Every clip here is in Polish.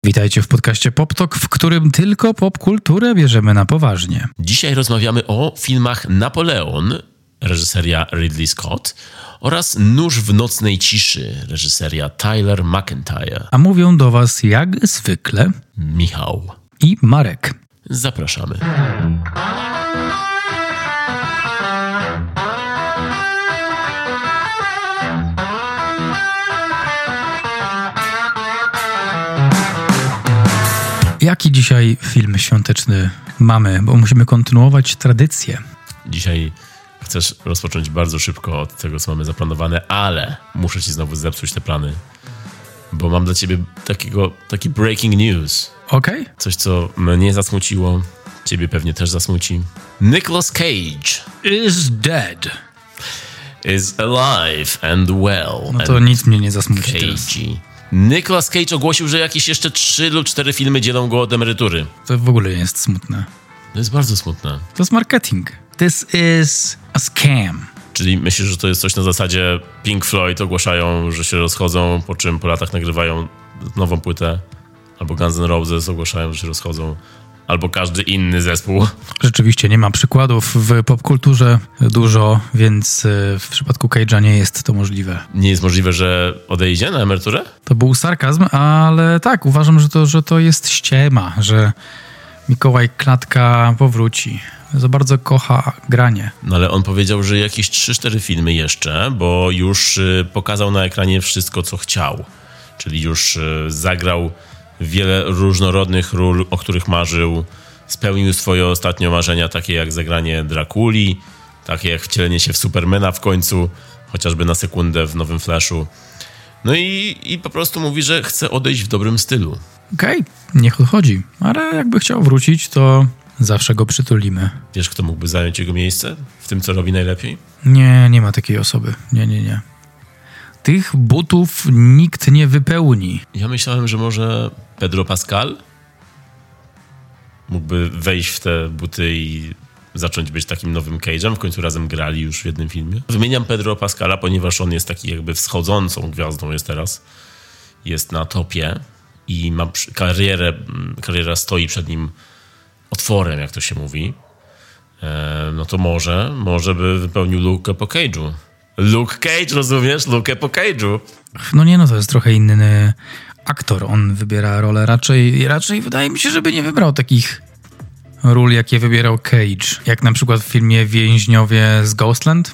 Witajcie w podcaście PopTok, w którym tylko popkulturę bierzemy na poważnie. Dzisiaj rozmawiamy o filmach Napoleon, reżyseria Ridley Scott, oraz Nóż w nocnej ciszy, reżyseria Tyler McIntyre. A mówią do was jak zwykle Michał i Marek. Zapraszamy. Jaki dzisiaj film świąteczny mamy? Bo musimy kontynuować tradycję. Dzisiaj chcesz rozpocząć bardzo szybko od tego, co mamy zaplanowane, ale muszę ci znowu zepsuć te plany, bo mam dla ciebie taki breaking news. Okej? Coś, co mnie zasmuciło, ciebie pewnie też zasmuci. Nicolas Cage Is dead. is alive and well. No to nic mnie nie zasmuci teraz. Cagey. Nicolas Cage ogłosił, że jakieś jeszcze 3 lub 4 filmy dzielą go od emerytury. To w ogóle jest smutne. To jest bardzo smutne. To jest marketing. This is a scam. Czyli myślisz, że to jest coś na zasadzie Pink Floyd ogłaszają, że się rozchodzą, po czym po latach nagrywają nową płytę, albo Guns N' Roses ogłaszają, że się rozchodzą, albo każdy inny zespół. Rzeczywiście nie ma przykładów w popkulturze dużo, więc w przypadku Cage'a nie jest to możliwe. Nie jest możliwe, że odejdzie na emeryturę? To był sarkazm, ale tak, uważam, że to jest ściema, że Mikołaj Klatka powróci. Za bardzo kocha granie. No ale on powiedział, że jakieś 3-4 filmy jeszcze, bo już pokazał na ekranie wszystko, co chciał. Czyli już zagrał wiele różnorodnych ról, o których marzył. Spełnił swoje ostatnie marzenia, takie jak zagranie Drakuli, takie jak wcielenie się w Supermana w końcu, chociażby na sekundę w nowym Flashu. No i po prostu mówi, że chce odejść w dobrym stylu. Okej, niech odchodzi. Ale jakby chciał wrócić, to zawsze go przytulimy. Wiesz, kto mógłby zająć jego miejsce w tym, co robi najlepiej? Nie ma takiej osoby. Nie. Tych butów nikt nie wypełni. Ja myślałem, że może Pedro Pascal mógłby wejść w te buty i zacząć być takim nowym Cage'em. W końcu razem grali już w jednym filmie. Wymieniam Pedro Pascala, ponieważ on jest taki jakby wschodzącą gwiazdą jest teraz. Jest na topie i ma kariera stoi przed nim otworem, jak to się mówi. No to może by wypełnił lukę po Cage'u. Luke Cage, rozumiesz? Lukę po Cage'u. No to jest trochę inny aktor. On wybiera rolę raczej wydaje mi się, żeby nie wybrał takich ról, jakie wybierał Cage. Jak na przykład w filmie Więźniowie z Ghostland.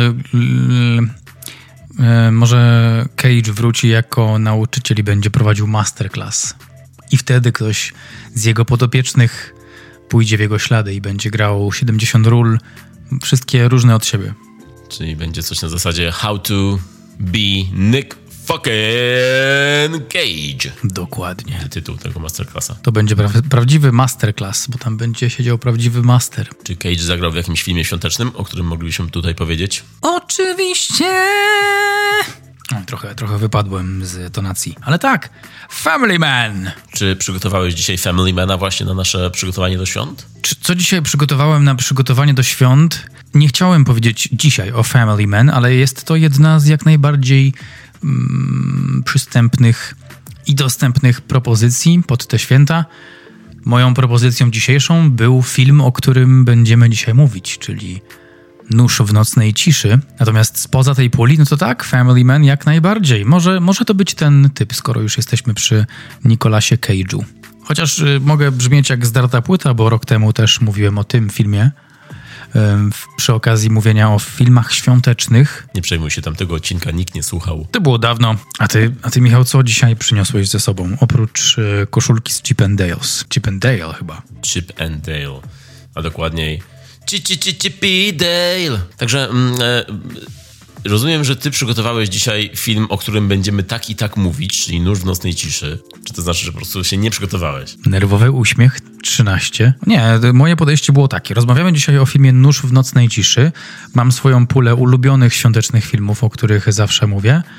Może Cage wróci jako nauczyciel i będzie prowadził masterclass. I wtedy ktoś z jego podopiecznych pójdzie w jego ślady i będzie grał 70 ról, wszystkie różne od siebie. Czyli będzie coś na zasadzie How to be Nick fucking Cage. Dokładnie. Tytuł tego masterclassa. To będzie prawdziwy masterclass, bo tam będzie siedział prawdziwy master. Czy Cage zagrał w jakimś filmie świątecznym, o którym moglibyśmy tutaj powiedzieć? Oczywiście! Trochę wypadłem z tonacji. Ale tak, Family Man! Czy przygotowałeś dzisiaj Family Mana właśnie na nasze przygotowanie do świąt? Co dzisiaj przygotowałem na przygotowanie do świąt? Nie chciałem powiedzieć dzisiaj o Family Man, ale jest to jedna z jak najbardziej przystępnych i dostępnych propozycji pod te święta. Moją propozycją dzisiejszą był film, o którym będziemy dzisiaj mówić, czyli Nóż w nocnej ciszy. Natomiast spoza tej puli, no to tak, Family Man jak najbardziej. Może to być ten typ, skoro już jesteśmy przy Nicolasie Cage'u. Chociaż mogę brzmieć jak zdarta płyta, bo rok temu też mówiłem o tym filmie. Przy okazji mówienia o filmach świątecznych. Nie przejmuj się, tamtego odcinka nikt nie słuchał. To było dawno. A ty Michał, co dzisiaj przyniosłeś ze sobą? Oprócz koszulki z Chip and Dale's. Chip and Dale chyba. Chip and Dale. A dokładniej Chippy Dale. Także rozumiem, że ty przygotowałeś dzisiaj film, o którym będziemy tak i tak mówić, czyli Nóż w nocnej ciszy. Czy to znaczy, że po prostu się nie przygotowałeś? Nerwowy uśmiech 13. Nie, moje podejście było takie. Rozmawiamy dzisiaj o filmie Nóż w nocnej ciszy. Mam swoją pulę ulubionych świątecznych filmów, o których zawsze mówię.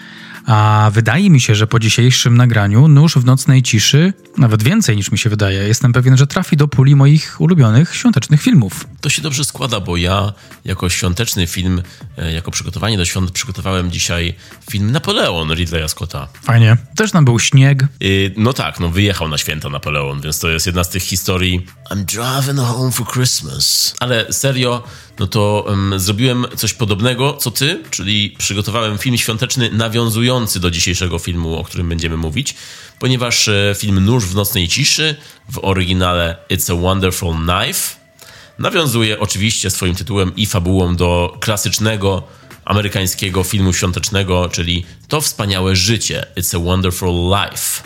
A wydaje mi się, że po dzisiejszym nagraniu Nóż w nocnej ciszy, nawet więcej niż mi się wydaje, jestem pewien, że trafi do puli moich ulubionych świątecznych filmów. To się dobrze składa, bo ja jako świąteczny film, jako przygotowanie do świąt przygotowałem dzisiaj film Napoleon Ridleya Scotta. Fajnie. Też tam był śnieg. No tak, wyjechał na święta Napoleon, więc to jest jedna z tych historii I'm driving home for Christmas. Ale serio, no to zrobiłem coś podobnego, co ty, czyli przygotowałem film świąteczny nawiązujący do dzisiejszego filmu, o którym będziemy mówić, ponieważ film Nóż w nocnej ciszy, w oryginale It's a Wonderful Knife, nawiązuje oczywiście swoim tytułem i fabułą do klasycznego amerykańskiego filmu świątecznego, czyli To wspaniałe życie, It's a Wonderful Life.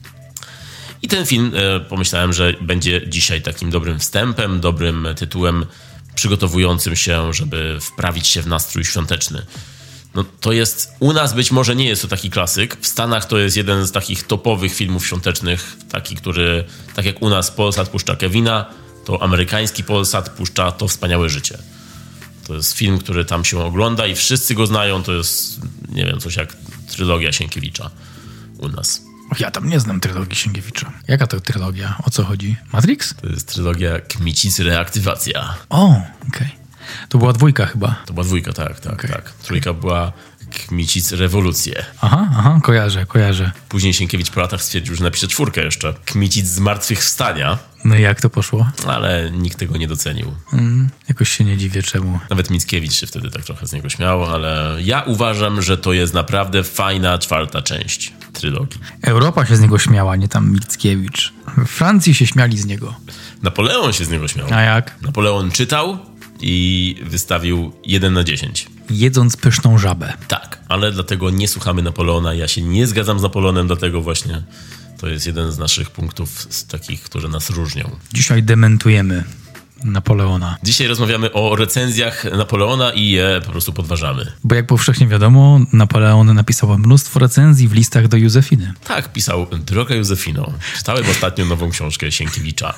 I ten film pomyślałem, że będzie dzisiaj takim dobrym wstępem, dobrym tytułem przygotowującym się, żeby wprawić się w nastrój świąteczny. No to jest, u nas być może nie jest to taki klasyk, w Stanach to jest jeden z takich topowych filmów świątecznych, taki, który, tak jak u nas Polsat puszcza Kevina, to amerykański Polsat puszcza To wspaniałe życie. To jest film, który tam się ogląda i wszyscy go znają, to jest, nie wiem, coś jak trylogia Sienkiewicza u nas. Ja tam nie znam trylogii Sienkiewicza. Jaka to trylogia? O co chodzi? Matrix? To jest trylogia Kmicic Reaktywacja. O, okej. To była 2 chyba. To była 2, tak. 3 była Kmicic Rewolucję. Aha, kojarzę. Później Sienkiewicz po latach stwierdził, że napisze 4 jeszcze. Kmicic Zmartwychwstania. No i jak to poszło? Ale nikt tego nie docenił. Jakoś się nie dziwię czemu. Nawet Mickiewicz się wtedy tak trochę z niego śmiał, ale ja uważam, że to jest naprawdę fajna 4 część trylogii. Europa się z niego śmiała, nie tam Mickiewicz. W Francji się śmiali z niego. Napoleon się z niego śmiał. A jak? Napoleon czytał i wystawił 1 na 10. Jedząc pyszną żabę. Tak, ale dlatego nie słuchamy Napoleona. Ja się nie zgadzam z Napoleonem, dlatego właśnie to jest jeden z naszych punktów z takich, które nas różnią. Dzisiaj dementujemy Napoleona. Dzisiaj rozmawiamy o recenzjach Napoleona i je po prostu podważamy. Bo jak powszechnie wiadomo, Napoleon napisał mnóstwo recenzji w listach do Józefiny. Tak, pisał: Droga Józefino, czytałem ostatnio nową książkę Sienkiewicza.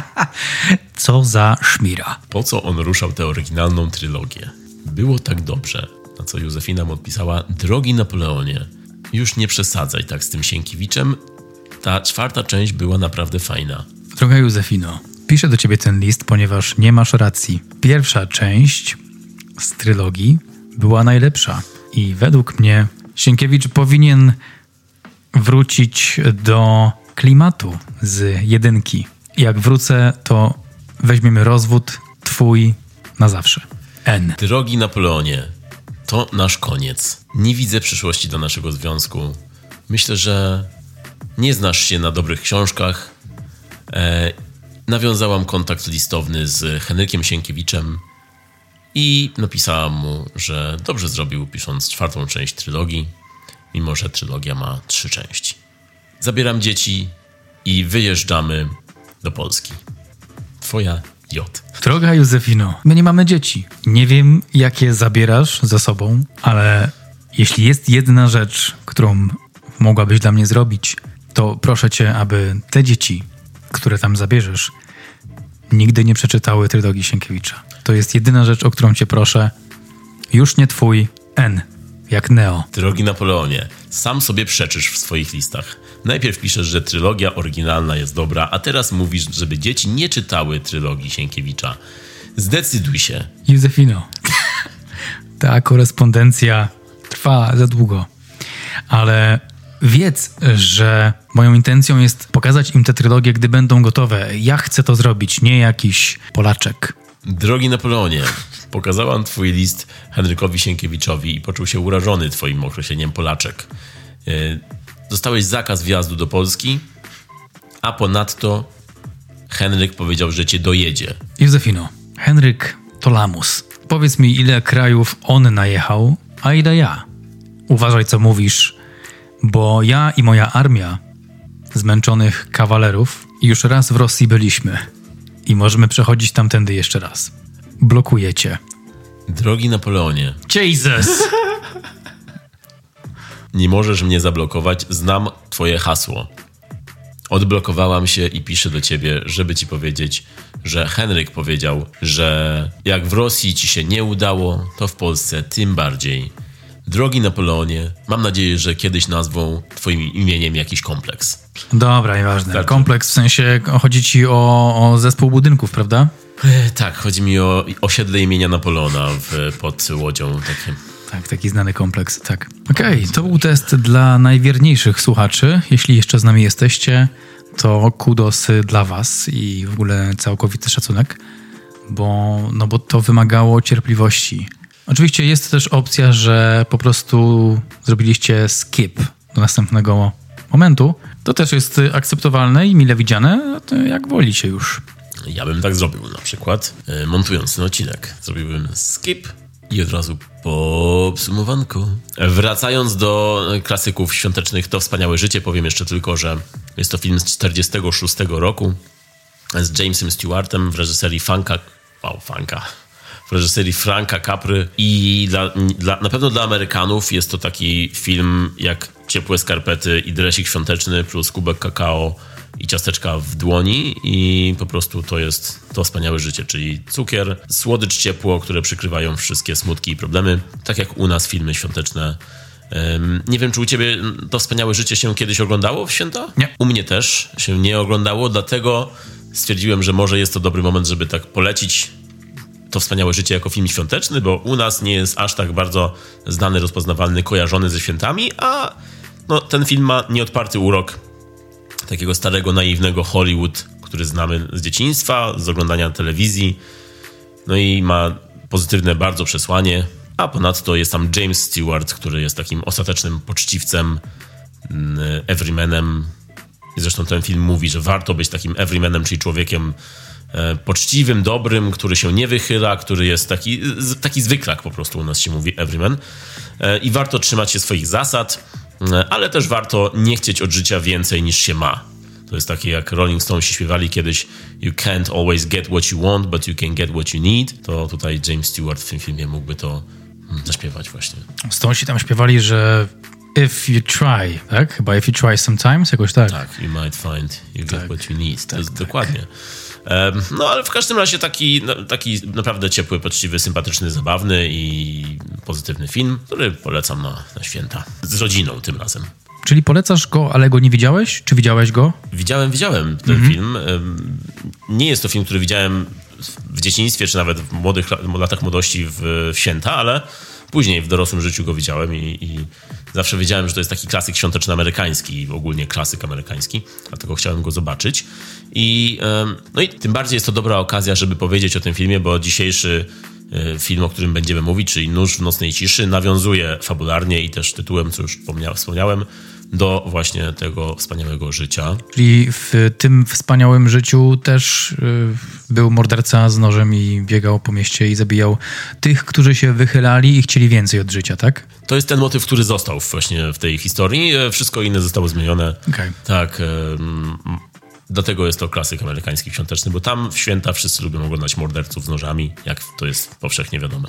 Co za szmira. Po co on ruszał tę oryginalną trylogię? Było tak dobrze. Na co Józefina mu odpisała: Drogi Napoleonie, już nie przesadzaj tak z tym Sienkiewiczem. Ta 4 część była naprawdę fajna. Droga Józefino, piszę do ciebie ten list, ponieważ nie masz racji. Pierwsza część z trylogii była najlepsza i według mnie Sienkiewicz powinien wrócić do klimatu z 1. Jak wrócę, to weźmiemy rozwód twój na zawsze. N. Drogi Napoleonie, to nasz koniec. Nie widzę przyszłości do naszego związku. Myślę, że nie znasz się na dobrych książkach. Nawiązałam kontakt listowny z Henrykiem Sienkiewiczem i napisałam mu, że dobrze zrobił, pisząc 4 część trylogii, mimo że trylogia ma 3 części. Zabieram dzieci i wyjeżdżamy do Polski. Twoja J. Droga Józefino, my nie mamy dzieci. Nie wiem, jakie zabierasz ze sobą, ale jeśli jest jedna rzecz, którą mogłabyś dla mnie zrobić, to proszę cię, aby te dzieci, które tam zabierzesz, nigdy nie przeczytały trylogii Sienkiewicza. To jest jedyna rzecz, o którą cię proszę. Już nie twój N, jak Neo. Drogi Napoleonie, sam sobie przeczysz w swoich listach. Najpierw piszesz, że trylogia oryginalna jest dobra, a teraz mówisz, żeby dzieci nie czytały trylogii Sienkiewicza. Zdecyduj się. Józefino, ta korespondencja trwa za długo, ale wiedz, że moją intencją jest pokazać im tę trylogię, gdy będą gotowe. Ja chcę to zrobić, nie jakiś Polaczek. Drogi Napoleonie, pokazałam twój list Henrykowi Sienkiewiczowi i poczuł się urażony twoim określeniem Polaczek. Dostałeś zakaz wjazdu do Polski, a ponadto Henryk powiedział, że cię dojedzie. Józefino, Henryk to lamus. Powiedz mi, ile krajów on najechał, a ile ja. Uważaj, co mówisz, bo ja i moja armia zmęczonych kawalerów już raz w Rosji byliśmy i możemy przechodzić tamtędy jeszcze raz. Blokuję cię. Drogi Napoleonie. Jesus! Nie możesz mnie zablokować, znam twoje hasło. Odblokowałam się i piszę do ciebie, żeby ci powiedzieć, że Henryk powiedział, że jak w Rosji ci się nie udało, to w Polsce tym bardziej. Drogi Napoleonie, mam nadzieję, że kiedyś nazwą twoim imieniem jakiś kompleks. Dobra, nieważne. Tak. Kompleks w sensie chodzi ci o zespół budynków, prawda? Tak, chodzi mi o osiedle imienia Napoleona pod Łodzią. Takie. Tak, taki znany kompleks, tak. Okej, to był test dla najwierniejszych słuchaczy. Jeśli jeszcze z nami jesteście, to kudos dla was i w ogóle całkowity szacunek, bo to wymagało cierpliwości. Oczywiście jest też opcja, że po prostu zrobiliście skip do następnego momentu. To też jest akceptowalne i mile widziane, to jak wolicie już. Ja bym tak zrobił na przykład, montując ten odcinek. Zrobiłbym skip i od razu podsumowanko. Wracając do klasyków świątecznych, To wspaniałe życie, powiem jeszcze tylko, że jest to film z 1946 roku z Jamesem Stewartem w reżyserii w reżyserii Franka Capry i na pewno dla Amerykanów jest to taki film jak ciepłe skarpety i dresik świąteczny plus kubek kakao i ciasteczka w dłoni i po prostu to jest To wspaniałe życie, czyli cukier, słodycz, ciepło, które przykrywają wszystkie smutki i problemy, tak jak u nas filmy świąteczne. Nie wiem, czy u ciebie To wspaniałe życie się kiedyś oglądało w święta? Nie. U mnie też się nie oglądało, dlatego stwierdziłem, że może jest to dobry moment, żeby tak polecić To wspaniałe życie jako film świąteczny, bo u nas nie jest aż tak bardzo znany, rozpoznawalny, kojarzony ze świętami, a ten film ma nieodparty urok takiego starego, naiwnego Hollywood, który znamy z dzieciństwa, z oglądania telewizji. No i ma pozytywne bardzo przesłanie, a ponadto jest tam James Stewart, który jest takim ostatecznym poczciwcem, everymanem. I zresztą ten film mówi, że warto być takim everymanem, czyli człowiekiem poczciwym, dobrym, który się nie wychyla, który jest taki zwyklak po prostu, u nas się mówi everyman. I warto trzymać się swoich zasad, ale też warto nie chcieć od życia więcej niż się ma. To jest takie jak Rolling Stonesi śpiewali kiedyś You can't always get what you want, but you can get what you need. To tutaj James Stewart w tym filmie mógłby to zaśpiewać właśnie. Stonesi tam śpiewali, że if you try, tak? Chyba if you try sometimes, jakoś tak. Tak, you might find you get what you need. To jest tak. dokładnie. Ale w każdym razie taki naprawdę ciepły, poczciwy, sympatyczny, zabawny i pozytywny film, który polecam na święta. Z rodziną tym razem. Czyli polecasz go, ale go nie widziałeś? Czy widziałeś go? Widziałem ten film. Nie jest to film, który widziałem w dzieciństwie, czy nawet w latach młodości w święta, ale później w dorosłym życiu go widziałem i zawsze wiedziałem, że to jest taki klasyk świąteczno-amerykański, ogólnie klasyk amerykański, dlatego chciałem go zobaczyć. I tym bardziej jest to dobra okazja, żeby powiedzieć o tym filmie, bo dzisiejszy film, o którym będziemy mówić, czyli Nóż w nocnej ciszy, nawiązuje fabularnie i też tytułem, co już wspomniałem, do właśnie tego wspaniałego życia. Czyli w tym wspaniałym życiu też był morderca z nożem i biegał po mieście i zabijał tych, którzy się wychylali i chcieli więcej od życia, tak? To jest ten motyw, który został właśnie w tej historii. Wszystko inne zostało zmienione. Okay. Tak. Dlatego jest to klasyk amerykański świąteczny, bo tam w święta wszyscy lubią oglądać morderców z nożami, jak to jest powszechnie wiadome.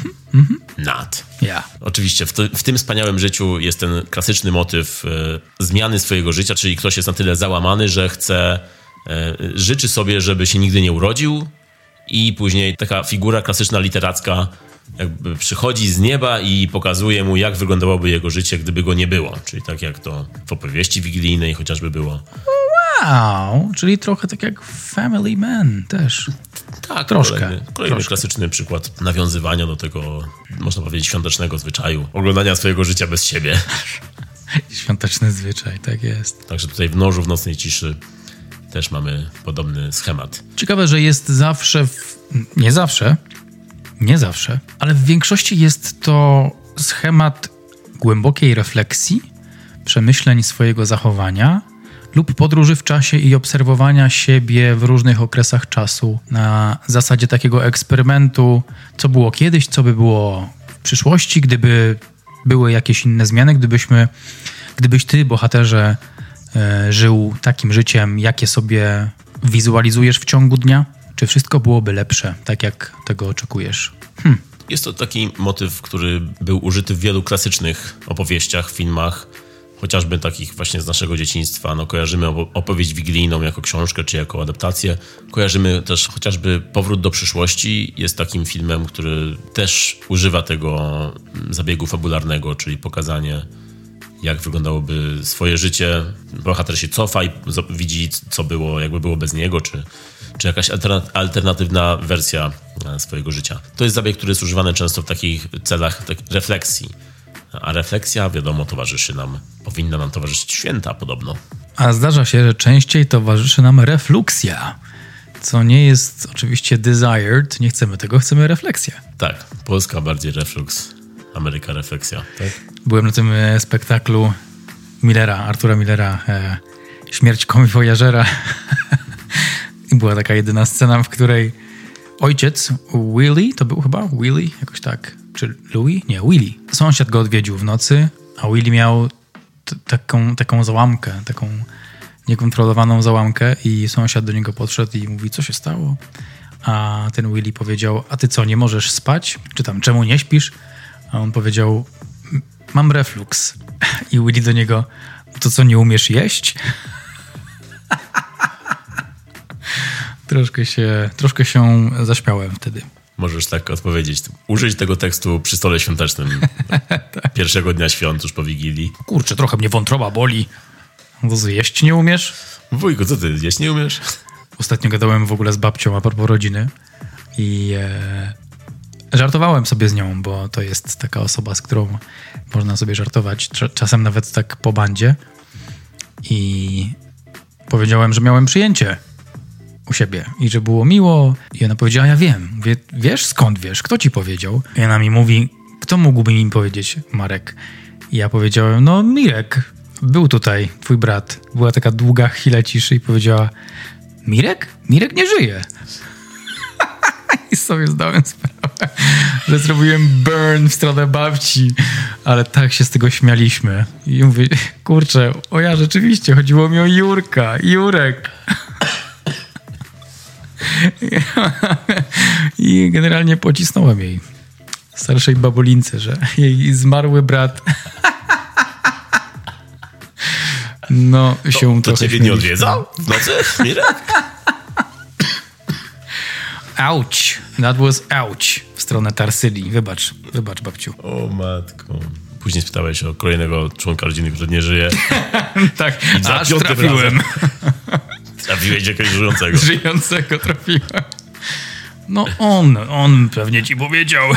Oczywiście w tym wspaniałym życiu jest ten klasyczny motyw zmiany swojego życia, czyli ktoś jest na tyle załamany, że życzy sobie, żeby się nigdy nie urodził i później taka figura klasyczna literacka jakby przychodzi z nieba i pokazuje mu, jak wyglądałoby jego życie, gdyby go nie było. Czyli tak jak to w opowieści wigilijnej chociażby było. Wow, czyli trochę tak jak Family Man też. Tak, troszkę. Kolejny klasyczny przykład nawiązywania do tego, można powiedzieć, świątecznego zwyczaju. Oglądania swojego życia bez siebie. Świąteczny zwyczaj, tak jest. Także tutaj w Nożu w nocnej ciszy też mamy podobny schemat. Ciekawe, że jest zawsze, nie zawsze, ale w większości jest to schemat głębokiej refleksji, przemyśleń swojego zachowania lub podróży w czasie i obserwowania siebie w różnych okresach czasu na zasadzie takiego eksperymentu, co było kiedyś, co by było w przyszłości, gdyby były jakieś inne zmiany, gdybyś ty, bohaterze, żył takim życiem, jakie sobie wizualizujesz w ciągu dnia? Czy wszystko byłoby lepsze, tak jak tego oczekujesz? Jest to taki motyw, który był użyty w wielu klasycznych opowieściach, filmach, chociażby takich właśnie z naszego dzieciństwa. No, kojarzymy opowieść wigilijną jako książkę czy jako adaptację. Kojarzymy też chociażby Powrót do przyszłości. Jest takim filmem, który też używa tego zabiegu fabularnego, czyli pokazanie, jak wyglądałoby swoje życie. Bohater się cofa i widzi, co było, jakby było bez niego, czy jakaś alternatywna wersja swojego życia. To jest zabieg, który jest używany często w takich celach refleksji. A refleksja, wiadomo, powinna nam towarzyszyć święta podobno. A zdarza się, że częściej towarzyszy nam refluksja, co nie jest oczywiście desired, nie chcemy tego, chcemy refleksję. Tak, Polska bardziej reflux, Ameryka refleksja, tak? Byłem na tym spektaklu Artura Millera, Śmierć komiwojażera. I była taka jedyna scena, w której ojciec Willie, to był chyba Willie, jakoś tak, czy Louis? Nie, Willie. Sąsiad go odwiedził w nocy, a Willie miał taką załamkę, taką niekontrolowaną załamkę i sąsiad do niego podszedł i mówi, co się stało? A ten Willie powiedział, a ty co, nie możesz spać? Czy tam, czemu nie śpisz? A on powiedział, mam refluks. I Willie do niego, to co, nie umiesz jeść? Troszkę się zaśmiałem wtedy. Możesz tak odpowiedzieć. Użyć tego tekstu przy stole świątecznym pierwszego dnia świąt, już po Wigilii. Kurczę, trochę mnie wątroba boli. No to jeść nie umiesz? Wujku, co ty, jeść nie umiesz? Ostatnio gadałem w ogóle z babcią a propos rodziny i żartowałem sobie z nią, bo to jest taka osoba, z którą można sobie żartować, czasem nawet tak po bandzie. I powiedziałem, że miałem przyjęcie u siebie i że było miło. I ona powiedziała, ja wiem. Mówię, wiesz, skąd wiesz? Kto ci powiedział? I ona mi mówi, kto mógłby mi powiedzieć, Marek? I ja powiedziałem, no Mirek, był tutaj, twój brat. Była taka długa chwila ciszy i powiedziała, Mirek? Mirek nie żyje. I sobie zdałem sprawę, że zrobiłem burn w stronę babci, ale tak się z tego śmialiśmy. I mówię, kurczę, ja rzeczywiście, chodziło mi o Jurek. I generalnie pocisnąłem jej, starszej babulince, że jej zmarły brat się to ciebie nie odwiedzał w nocy, Mirek? Ouch, that was ouch w stronę Tarsylii. Wybacz babciu. O matko. Później spytałeś o kolejnego członka rodziny, który nie żyje. Tak, aż trafiłem. Trafiłeś jakiegoś żyjącego. Żyjącego trafiłem. No on pewnie ci powiedział.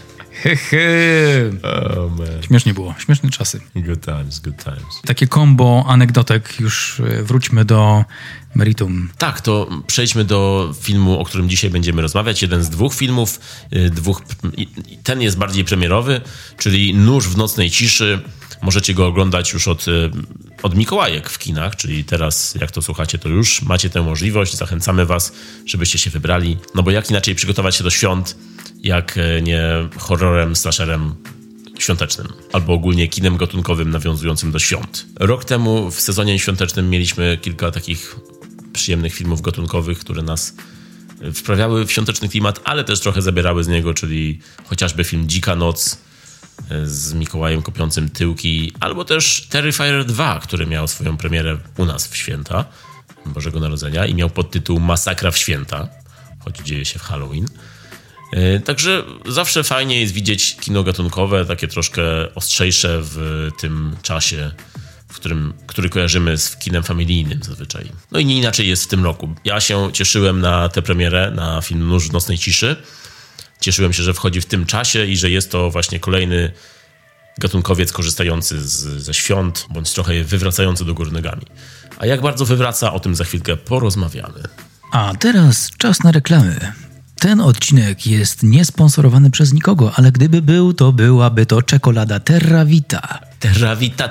Oh man. Śmiesznie było, śmieszne czasy. Good times. Takie kombo anegdotek, już wróćmy do meritum. Tak, to przejdźmy do filmu, o którym dzisiaj będziemy rozmawiać. Jeden z dwóch filmów. Ten jest bardziej premierowy, czyli Nóż w nocnej ciszy. Możecie go oglądać już od Mikołajek w kinach, czyli teraz, jak to słuchacie, to już macie tę możliwość. Zachęcamy was, żebyście się wybrali. No bo jak inaczej przygotować się do świąt, jak nie horrorem, slasherem świątecznym, albo ogólnie kinem gatunkowym nawiązującym do świąt. Rok temu w sezonie świątecznym mieliśmy kilka takich przyjemnych filmów gatunkowych, które nas wprawiały w świąteczny klimat, ale też trochę zabierały z niego, czyli chociażby film Dzika Noc z Mikołajem kopiącym tyłki, albo też Terrifier 2, który miał swoją premierę u nas w święta Bożego Narodzenia i miał podtytuł Masakra w święta, choć dzieje się w Halloween. Także zawsze fajnie jest widzieć kino gatunkowe, takie troszkę ostrzejsze w tym czasie, który kojarzymy z kinem familijnym zazwyczaj. No i nie inaczej jest w tym roku. Ja się cieszyłem na tę premierę, na film Nóż w nocnej ciszy. Cieszyłem się, że wchodzi w tym czasie i że jest to właśnie kolejny gatunkowiec korzystający ze świąt, bądź trochę je wywracający do góry nogami. A jak bardzo wywraca, o tym za chwilkę porozmawiamy. A teraz czas na reklamy. Ten odcinek jest niesponsorowany przez nikogo, ale gdyby był, to byłaby to czekolada Terra Vita. Terra Vita.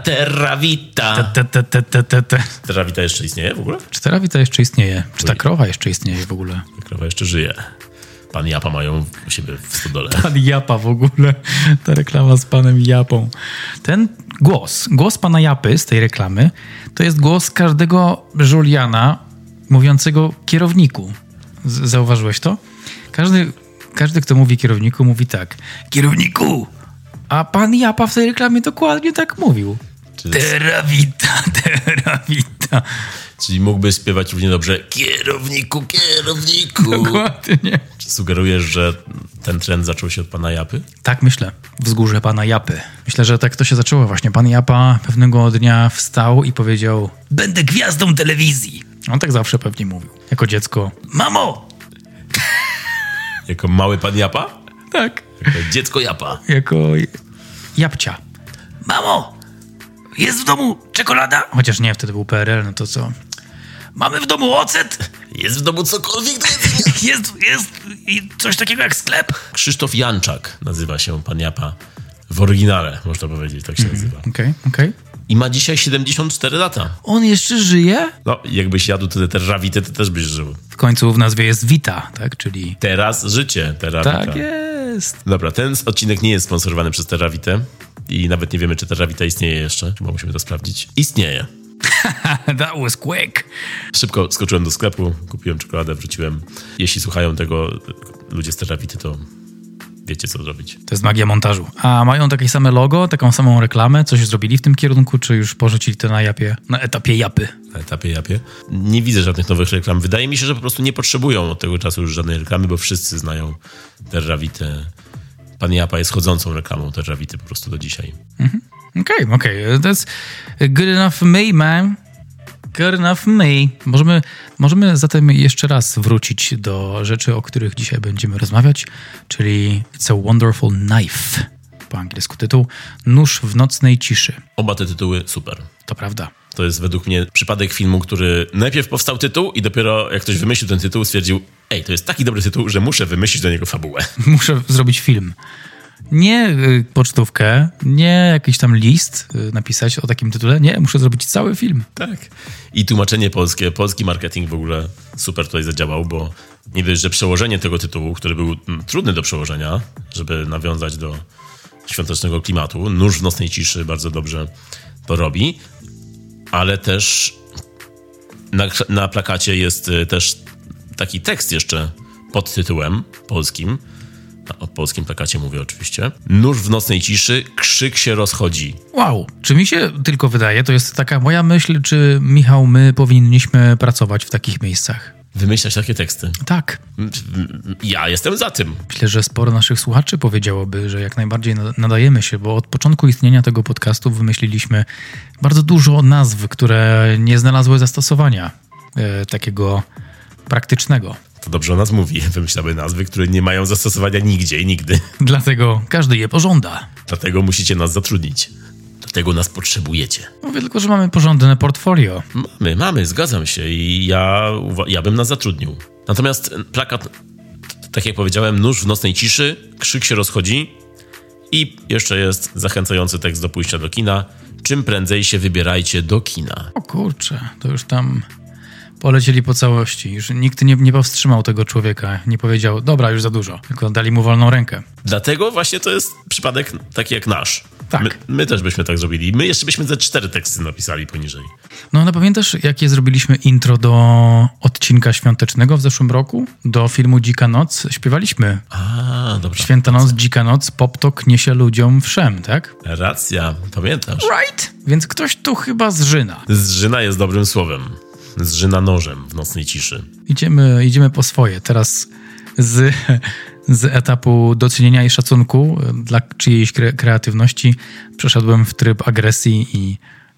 Terra Vita jeszcze istnieje w ogóle? Czy Terra Vita jeszcze istnieje? Czy ta krowa jeszcze istnieje w ogóle? Ta krowa jeszcze żyje. Pan Japa mają u siebie w stodole. Pan Japa w ogóle. Ta reklama z panem Japą. Ten głos pana Japy z tej reklamy, to jest głos każdego Juliana mówiącego kierowniku. Zauważyłeś to? Każdy, kto mówi kierowniku, mówi tak. Kierowniku! A pan Japa w tej reklamie dokładnie tak mówił. Terra vita. Czyli mógłby śpiewać równie dobrze kierowniku. Dokładnie. Czy sugerujesz, że ten trend zaczął się od pana Japy? Tak myślę. Wzgórze pana Japy. Myślę, że tak to się zaczęło właśnie. Pan Japa pewnego dnia wstał i powiedział: będę gwiazdą telewizji. On tak zawsze pewnie mówił. Jako dziecko: mamo! Jako mały pan Japa? Tak. Jako dziecko Japa. Jako Japcia. Mamo! Jest w domu czekolada? Chociaż nie, wtedy był PRL, no to co? Mamy w domu ocet? Jest w domu cokolwiek do Jest i coś takiego jak sklep? Krzysztof Janczak nazywa się pan Japa. W oryginale, można powiedzieć, tak się nazywa. Okej. I ma dzisiaj 74 lata. On jeszcze żyje? No, jakbyś jadł tyle terrawity, to też byś żył. W końcu w nazwie jest Vita, tak? Czyli... Teraz życie, terrawita. Tak jest. Dobra, ten odcinek nie jest sponsorowany przez terrawitę i nawet nie wiemy, czy terrawita istnieje jeszcze, bo musimy to sprawdzić. Istnieje. That was quick. Szybko skoczyłem do sklepu, kupiłem czekoladę, wrzuciłem. Jeśli słuchają tego ludzie z terrawity, to wiecie, co zrobić. To jest magia montażu. A mają takie same logo, taką samą reklamę? Coś zrobili w tym kierunku, czy już porzucili to na Japie? Na etapie Japy? Na etapie Japie. Nie widzę żadnych nowych reklam. Wydaje mi się, że po prostu nie potrzebują od tego czasu już żadnej reklamy, bo wszyscy znają terrawitę. Pan Japa jest chodzącą reklamą terrawity po prostu do dzisiaj. Okej. That's good enough for me, man. Good enough for me. Możemy zatem jeszcze raz wrócić do rzeczy, o których dzisiaj będziemy rozmawiać, czyli It's a Wonderful Knife. Po angielsku tytuł. Nóż w nocnej ciszy. Oba te tytuły super. To prawda. To jest według mnie przypadek filmu, który najpierw powstał tytuł i dopiero jak ktoś wymyślił ten tytuł, stwierdził: ej, to jest taki dobry tytuł, że muszę wymyślić do niego fabułę. Muszę zrobić film. Nie pocztówkę, nie jakiś tam list napisać o takim tytule. Nie, muszę zrobić cały film. Tak. I tłumaczenie polskie, polski marketing w ogóle super tutaj zadziałał, bo nie dość, że przełożenie tego tytułu, który był trudny do przełożenia, żeby nawiązać do świątecznego klimatu, Nóż w nocnej ciszy bardzo dobrze to robi, ale też na plakacie jest też taki tekst jeszcze pod tytułem polskim. O polskim plakacie mówię oczywiście. Nóż w nocnej ciszy, krzyk się rozchodzi. Wow, czy mi się tylko wydaje, to jest taka moja myśl, czy Michał, my powinniśmy pracować w takich miejscach? Wymyślać takie teksty. Tak. Ja jestem za tym. Myślę, że sporo naszych słuchaczy powiedziałoby, że jak najbardziej nadajemy się, bo od początku istnienia tego podcastu wymyśliliśmy bardzo dużo nazw, które nie znalazły zastosowania takiego praktycznego. To dobrze o nas mówi. Wymyślamy nazwy, które nie mają zastosowania nigdzie i nigdy. Dlatego każdy je pożąda. Dlatego musicie nas zatrudnić. Dlatego nas potrzebujecie. Mówię tylko, że mamy porządne portfolio. Mamy, zgadzam się i ja bym nas zatrudnił. Natomiast plakat, tak jak powiedziałem, Nóż w nocnej ciszy, krzyk się rozchodzi i jeszcze jest zachęcający tekst do pójścia do kina. Czym prędzej się wybierajcie do kina. O kurczę, to już tam polecieli po całości. Już nikt nie powstrzymał tego człowieka. Nie powiedział: dobra, już za dużo. Tylko dali mu wolną rękę. Dlatego właśnie to jest przypadek taki jak nasz. Tak. My też byśmy tak zrobili. My jeszcze byśmy ze 4 teksty napisali poniżej. No ale pamiętasz, jakie zrobiliśmy intro do odcinka świątecznego w zeszłym roku? Do filmu Dzika Noc? Śpiewaliśmy. Dobra. Święta noc, dzika noc, pop-tok niesie ludziom wszem, tak? Racja, pamiętasz. Right. Więc ktoś tu chyba zżyna. Zżyna jest dobrym słowem. Zżyna nożem w nocnej ciszy. Idziemy po swoje. Teraz z etapu docenienia i szacunku dla czyjejś kreatywności przeszedłem w tryb agresji i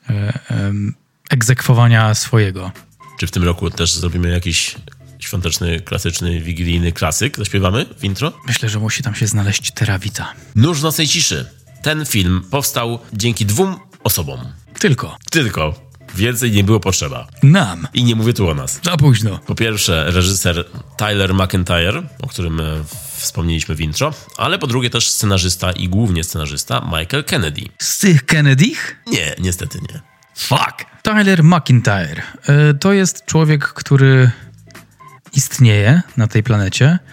egzekwowania swojego. Czy w tym roku też zrobimy jakiś świąteczny, klasyczny, wigilijny klasyk? Zaśpiewamy w intro? Myślę, że musi tam się znaleźć Terrawita. Nóż w nocnej ciszy. Ten film powstał dzięki 2 osobom. Tylko. Więcej nie było potrzeba. Nam. I nie mówię tu o nas. Za późno. Po pierwsze reżyser Tyler McIntyre, o którym wspomnieliśmy w intro, ale po drugie też scenarzysta i głównie scenarzysta Michael Kennedy. Z tych Kennedych? Nie, niestety nie. Fuck. Tyler McIntyre. To jest człowiek, który istnieje na tej planecie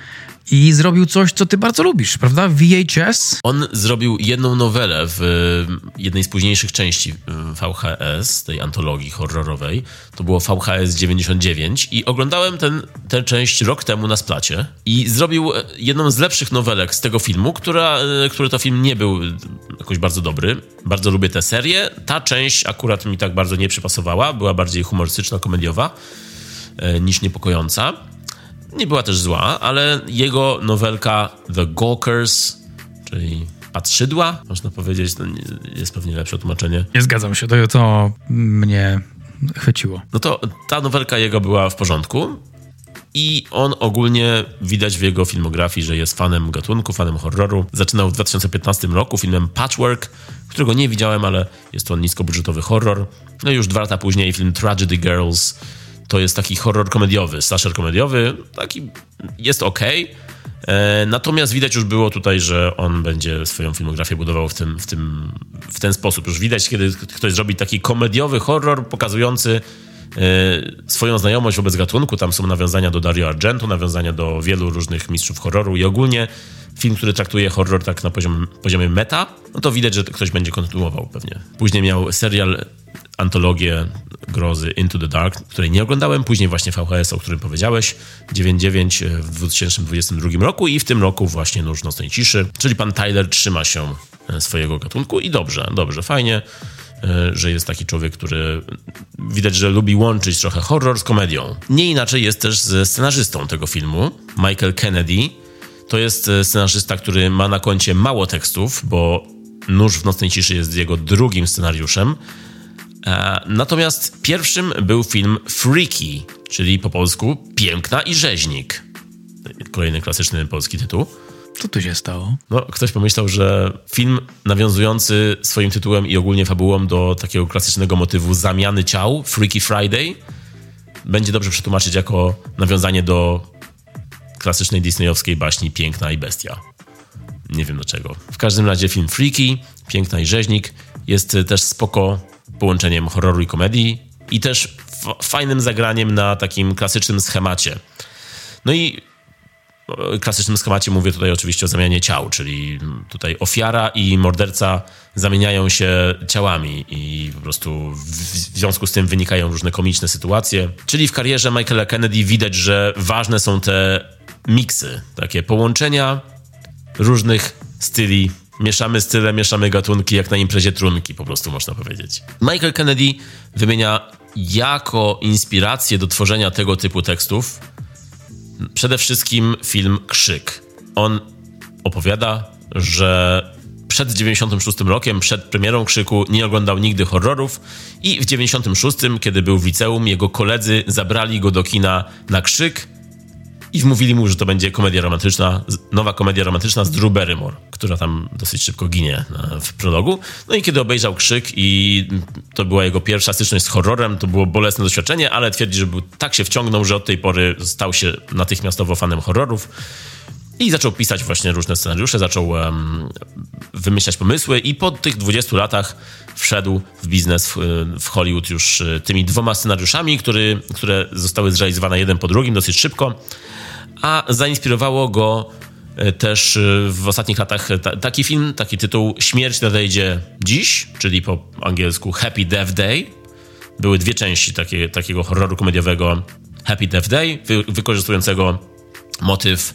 I zrobił coś, co ty bardzo lubisz, prawda? VHS? On zrobił jedną nowelę w jednej z późniejszych części VHS, tej antologii horrorowej. To było VHS 99 i oglądałem tę część rok temu na Splacie. I zrobił jedną z lepszych nowelek z tego filmu, który to film nie był jakoś bardzo dobry. Bardzo lubię tę serię. Ta część akurat mi tak bardzo nie przypasowała. Była bardziej humorystyczna, komediowa niż niepokojąca. Nie była też zła, ale jego nowelka The Gawkers, czyli Patrzydła, można powiedzieć, to jest pewnie lepsze tłumaczenie. Nie zgadzam się, to mnie chwyciło. No to ta nowelka jego była w porządku i on ogólnie widać w jego filmografii, że jest fanem gatunku, fanem horroru. Zaczynał w 2015 roku filmem Patchwork, którego nie widziałem, ale jest to niskobudżetowy horror. No i już 2 lata później film Tragedy Girls. To jest taki horror komediowy, slasher komediowy, taki jest okej. Natomiast widać już było tutaj, że on będzie swoją filmografię budował w ten sposób. Już widać, kiedy ktoś zrobi taki komediowy horror pokazujący swoją znajomość wobec gatunku. Tam są nawiązania do Dario Argento, nawiązania do wielu różnych mistrzów horroru i ogólnie film, który traktuje horror tak na poziomie meta, no to widać, że ktoś będzie kontynuował pewnie. Później miał serial, antologię grozy Into the Dark, której nie oglądałem. Później właśnie VHS, o którym powiedziałeś, 99 w 2022 roku i w tym roku właśnie Nóż nocnej ciszy. Czyli pan Tyler trzyma się swojego gatunku i dobrze, fajnie, że jest taki człowiek, który widać, że lubi łączyć trochę horror z komedią. Nie inaczej jest też ze scenarzystą tego filmu, Michael Kennedy. To jest scenarzysta, który ma na koncie mało tekstów, bo Nóż w nocnej ciszy jest jego drugim scenariuszem. Natomiast pierwszym był film Freaky, czyli po polsku Piękna i rzeźnik. Kolejny klasyczny polski tytuł. Co tu się stało? No, ktoś pomyślał, że film nawiązujący swoim tytułem i ogólnie fabułą do takiego klasycznego motywu zamiany ciał, Freaky Friday, będzie dobrze przetłumaczyć jako nawiązanie do klasycznej disneyowskiej baśni Piękna i bestia. Nie wiem dlaczego. W każdym razie film Freaky, Piękna i rzeźnik jest też spoko połączeniem horroru i komedii i też fajnym zagraniem na takim klasycznym schemacie. No i klasycznym schemacie mówię tutaj oczywiście o zamianie ciał, czyli tutaj ofiara i morderca zamieniają się ciałami i po prostu w związku z tym wynikają różne komiczne sytuacje. Czyli w karierze Michaela Kennedy widać, że ważne są te miksy, takie połączenia różnych styli. Mieszamy style, mieszamy gatunki, jak na imprezie trunki, po prostu można powiedzieć. Michael Kennedy wymienia jako inspirację do tworzenia tego typu tekstów przede wszystkim film Krzyk. On opowiada, że przed 96 rokiem, przed premierą Krzyku, nie oglądał nigdy horrorów i w 96, kiedy był w liceum, jego koledzy zabrali go do kina na Krzyk i wmówili mu, że to będzie komedia romantyczna, nowa komedia romantyczna z Drew Barrymore, która tam dosyć szybko ginie w prologu. No i kiedy obejrzał Krzyk i to była jego pierwsza styczność z horrorem, to było bolesne doświadczenie, ale twierdzi, że tak się wciągnął, że od tej pory stał się natychmiastowo fanem horrorów i zaczął pisać właśnie różne scenariusze, zaczął wymyślać pomysły i po tych 20 latach wszedł w biznes w Hollywood już tymi 2 scenariuszami, które zostały zrealizowane jeden po drugim dosyć szybko, a zainspirowało go też w ostatnich latach taki film, taki tytuł Śmierć nadejdzie dziś, czyli po angielsku Happy Death Day. Były 2 części takiego horroru komediowego Happy Death Day, wykorzystującego motyw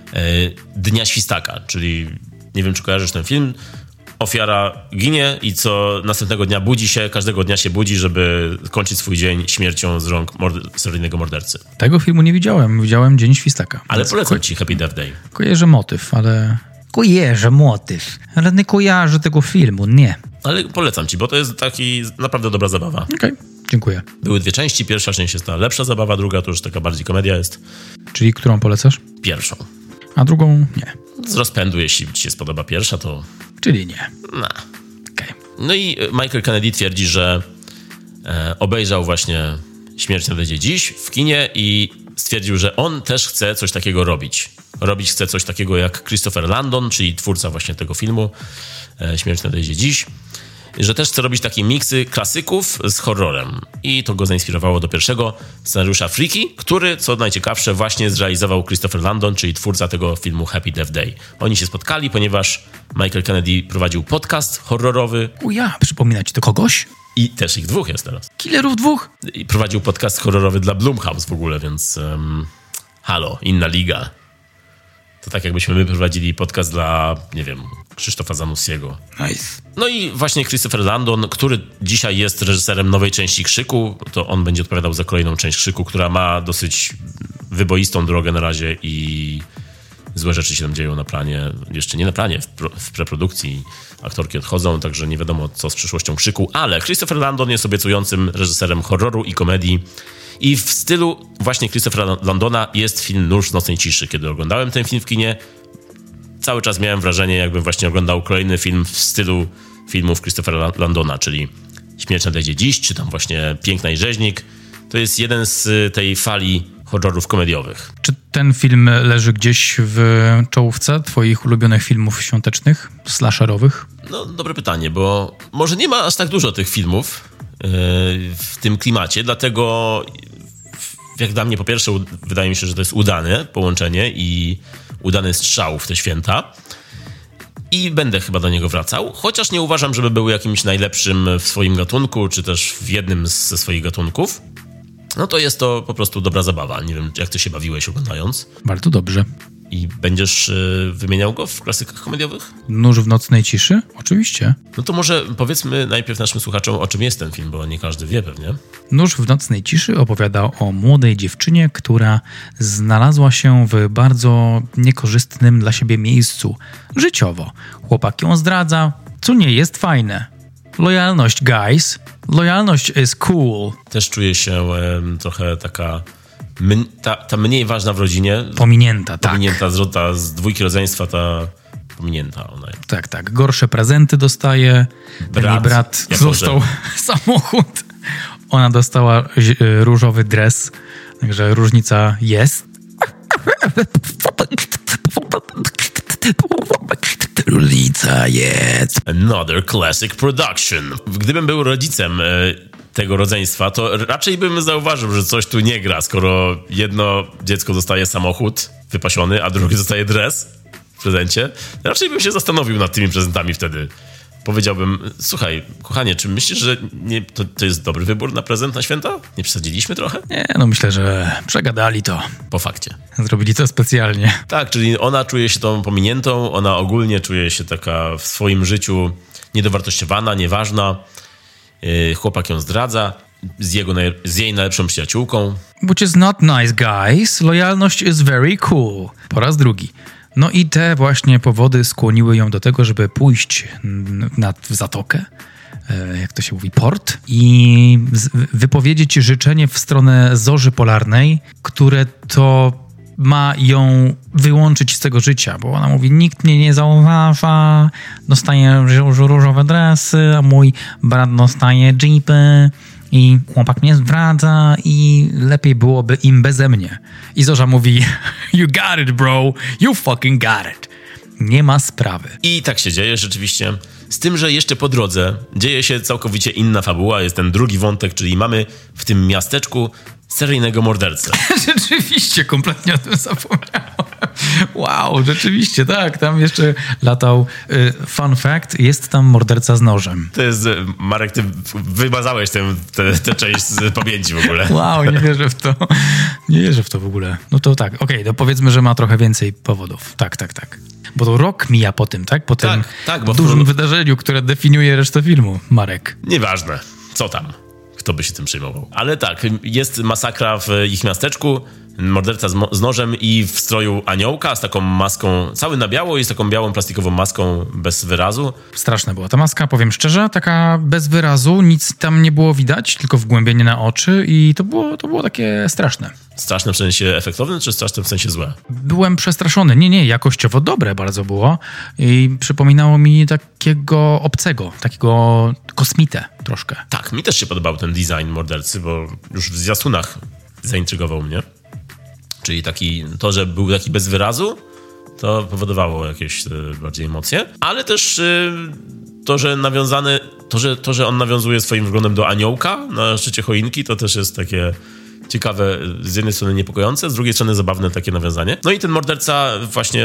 Dnia Świstaka, czyli nie wiem, czy kojarzysz ten film. Ofiara ginie i co następnego dnia budzi się, każdego dnia się budzi, żeby kończyć swój dzień śmiercią z rąk seryjnego mordercy. Tego filmu nie widziałem. Widziałem Dzień Świstaka. Ale polecam ci Happy Death Day. Kojarzę motyw, ale nie kojarzę tego filmu, nie. Ale polecam ci, bo to jest taki naprawdę dobra zabawa. Okej, dziękuję. Były 2 części. Pierwsza część jest ta lepsza zabawa, druga to już taka bardziej komedia jest. Czyli którą polecasz? Pierwszą. A drugą nie. Z rozpędu, jeśli ci się spodoba pierwsza, to... Czyli nie. No. Okay. No i Michael Kennedy twierdzi, że obejrzał właśnie Śmierć nadejdzie dziś w kinie i stwierdził, że on też chce coś takiego robić. Robić chce coś takiego jak Christopher Landon, czyli twórca właśnie tego filmu Śmierć nadejdzie dziś. że też chce robić takie miksy klasyków z horrorem. I to go zainspirowało do pierwszego scenariusza Freaky, który, co najciekawsze, właśnie zrealizował Christopher Landon, czyli twórca tego filmu Happy Death Day. Oni się spotkali, ponieważ Michael Kennedy prowadził podcast horrorowy. Przypomina ci to kogoś? I też ich dwóch jest teraz. Killerów dwóch? I prowadził podcast horrorowy dla Blumhouse w ogóle, więc halo, inna liga. To tak jakbyśmy my prowadzili podcast dla, nie wiem, Krzysztofa Zanussiego. Nice. No i właśnie Christopher Landon, który dzisiaj jest reżyserem nowej części Krzyku, to on będzie odpowiadał za kolejną część Krzyku, która ma dosyć wyboistą drogę na razie i złe rzeczy się tam dzieją na planie, jeszcze nie na planie, w preprodukcji. Aktorki odchodzą, także nie wiadomo, co z przyszłością Krzyku, ale Christopher Landon jest obiecującym reżyserem horroru i komedii. I w stylu właśnie Christophera Landona jest film Nóż w nocnej ciszy. Kiedy oglądałem ten film w kinie, cały czas miałem wrażenie, jakbym właśnie oglądał kolejny film w stylu filmów Christophera Landona, czyli Śmierć nadejdzie dziś, czy tam właśnie Piękna i rzeźnik. To jest jeden z tej fali horrorów komediowych. Czy ten film leży gdzieś w czołówce twoich ulubionych filmów świątecznych, slasherowych? No, dobre pytanie, bo może nie ma aż tak dużo tych filmów w tym klimacie, dlatego jak dla mnie po pierwsze wydaje mi się, że to jest udane połączenie i udany strzał w te święta i będę chyba do niego wracał, chociaż nie uważam, żeby był jakimś najlepszym w swoim gatunku, czy też w jednym ze swoich gatunków. No to jest to po prostu dobra zabawa. Nie wiem, jak ty się bawiłeś oglądając. Bardzo dobrze. I będziesz wymieniał go w klasykach komediowych? Nóż w nocnej ciszy? Oczywiście. No to może powiedzmy najpierw naszym słuchaczom, o czym jest ten film, bo nie każdy wie pewnie. Nóż w nocnej ciszy opowiada o młodej dziewczynie, która znalazła się w bardzo niekorzystnym dla siebie miejscu życiowo. Chłopak ją zdradza, co nie jest fajne. Lojalność, guys. Lojalność is cool. Też czuję się trochę taka... Ta mniej ważna w rodzinie. Pominięta, tak. Pominięta z dwójki rodzeństwa, ta pominięta ona. Tak. Gorsze prezenty dostaje. Jej brat dostał samochód. Ona dostała różowy dres. Także różnica jest. Różnica jest. Another classic production. Gdybym był rodzicem tego rodzeństwa, to raczej bym zauważył, że coś tu nie gra, skoro jedno dziecko dostaje samochód wypasiony, a drugie dostaje dres w prezencie. Raczej bym się zastanowił nad tymi prezentami wtedy. Powiedziałbym, słuchaj, kochanie, czy myślisz, że to jest dobry wybór na prezent na święta? Nie przesadziliśmy trochę? Nie, no myślę, że przegadali to. Po fakcie. Zrobili to specjalnie. Tak, czyli ona czuje się tą pominiętą, ona ogólnie czuje się taka w swoim życiu niedowartościowana, nieważna. Chłopak ją zdradza z jej najlepszą przyjaciółką. Which is not nice, guys. Lojalność is very cool. Po raz drugi. No i te właśnie powody skłoniły ją do tego, żeby pójść w zatokę, jak to się mówi, port, i wypowiedzieć życzenie w stronę zorzy polarnej, które to ma ją wyłączyć z tego życia, bo ona mówi, nikt mnie nie zauważa, dostaję różowe dresy, a mój brat dostaje jeepy i chłopak mnie zdradza i lepiej byłoby im beze mnie. I Zorza mówi, you got it, bro, you fucking got it. Nie ma sprawy. I tak się dzieje rzeczywiście. Z tym, że jeszcze po drodze dzieje się całkowicie inna fabuła. Jest ten drugi wątek, czyli mamy w tym miasteczku seryjnego mordercę. Rzeczywiście, kompletnie o tym zapomniałem. Wow, rzeczywiście, tak. Tam jeszcze latał. Fun fact, jest tam morderca z nożem. To jest, Marek, ty wymazałeś tę część z pamięci w ogóle. Wow, nie wierzę w to. Nie wierzę w to w ogóle. No to tak, okej, to powiedzmy, że ma trochę więcej powodów. Tak. Bo to rok mija po tym, tak? Po tym dużym wydarzeniu, które definiuje resztę filmu, Marek. Nieważne, co tam. Kto by się tym przejmował. Ale tak, jest masakra w ich miasteczku, morderca z nożem i w stroju aniołka z taką maską, cały na biało i z taką białą plastikową maską bez wyrazu. Straszna była ta maska, powiem szczerze, taka bez wyrazu, nic tam nie było widać, tylko wgłębienie na oczy i to było takie straszne. Straszne w sensie efektownym, czy straszne w sensie złe? Byłem przestraszony. Nie, jakościowo dobre bardzo było i przypominało mi takiego obcego, takiego kosmitę troszkę. Tak, mi też się podobał ten design mordercy, bo już w zwiastunach zaintrygował mnie. Czyli to, że był taki bez wyrazu, to powodowało jakieś bardziej emocje, ale też to, że nawiązane To, że on nawiązuje swoim wyglądem do aniołka na szczycie choinki, to też jest takie ciekawe, z jednej strony niepokojące, z drugiej strony zabawne takie nawiązanie. No i ten morderca właśnie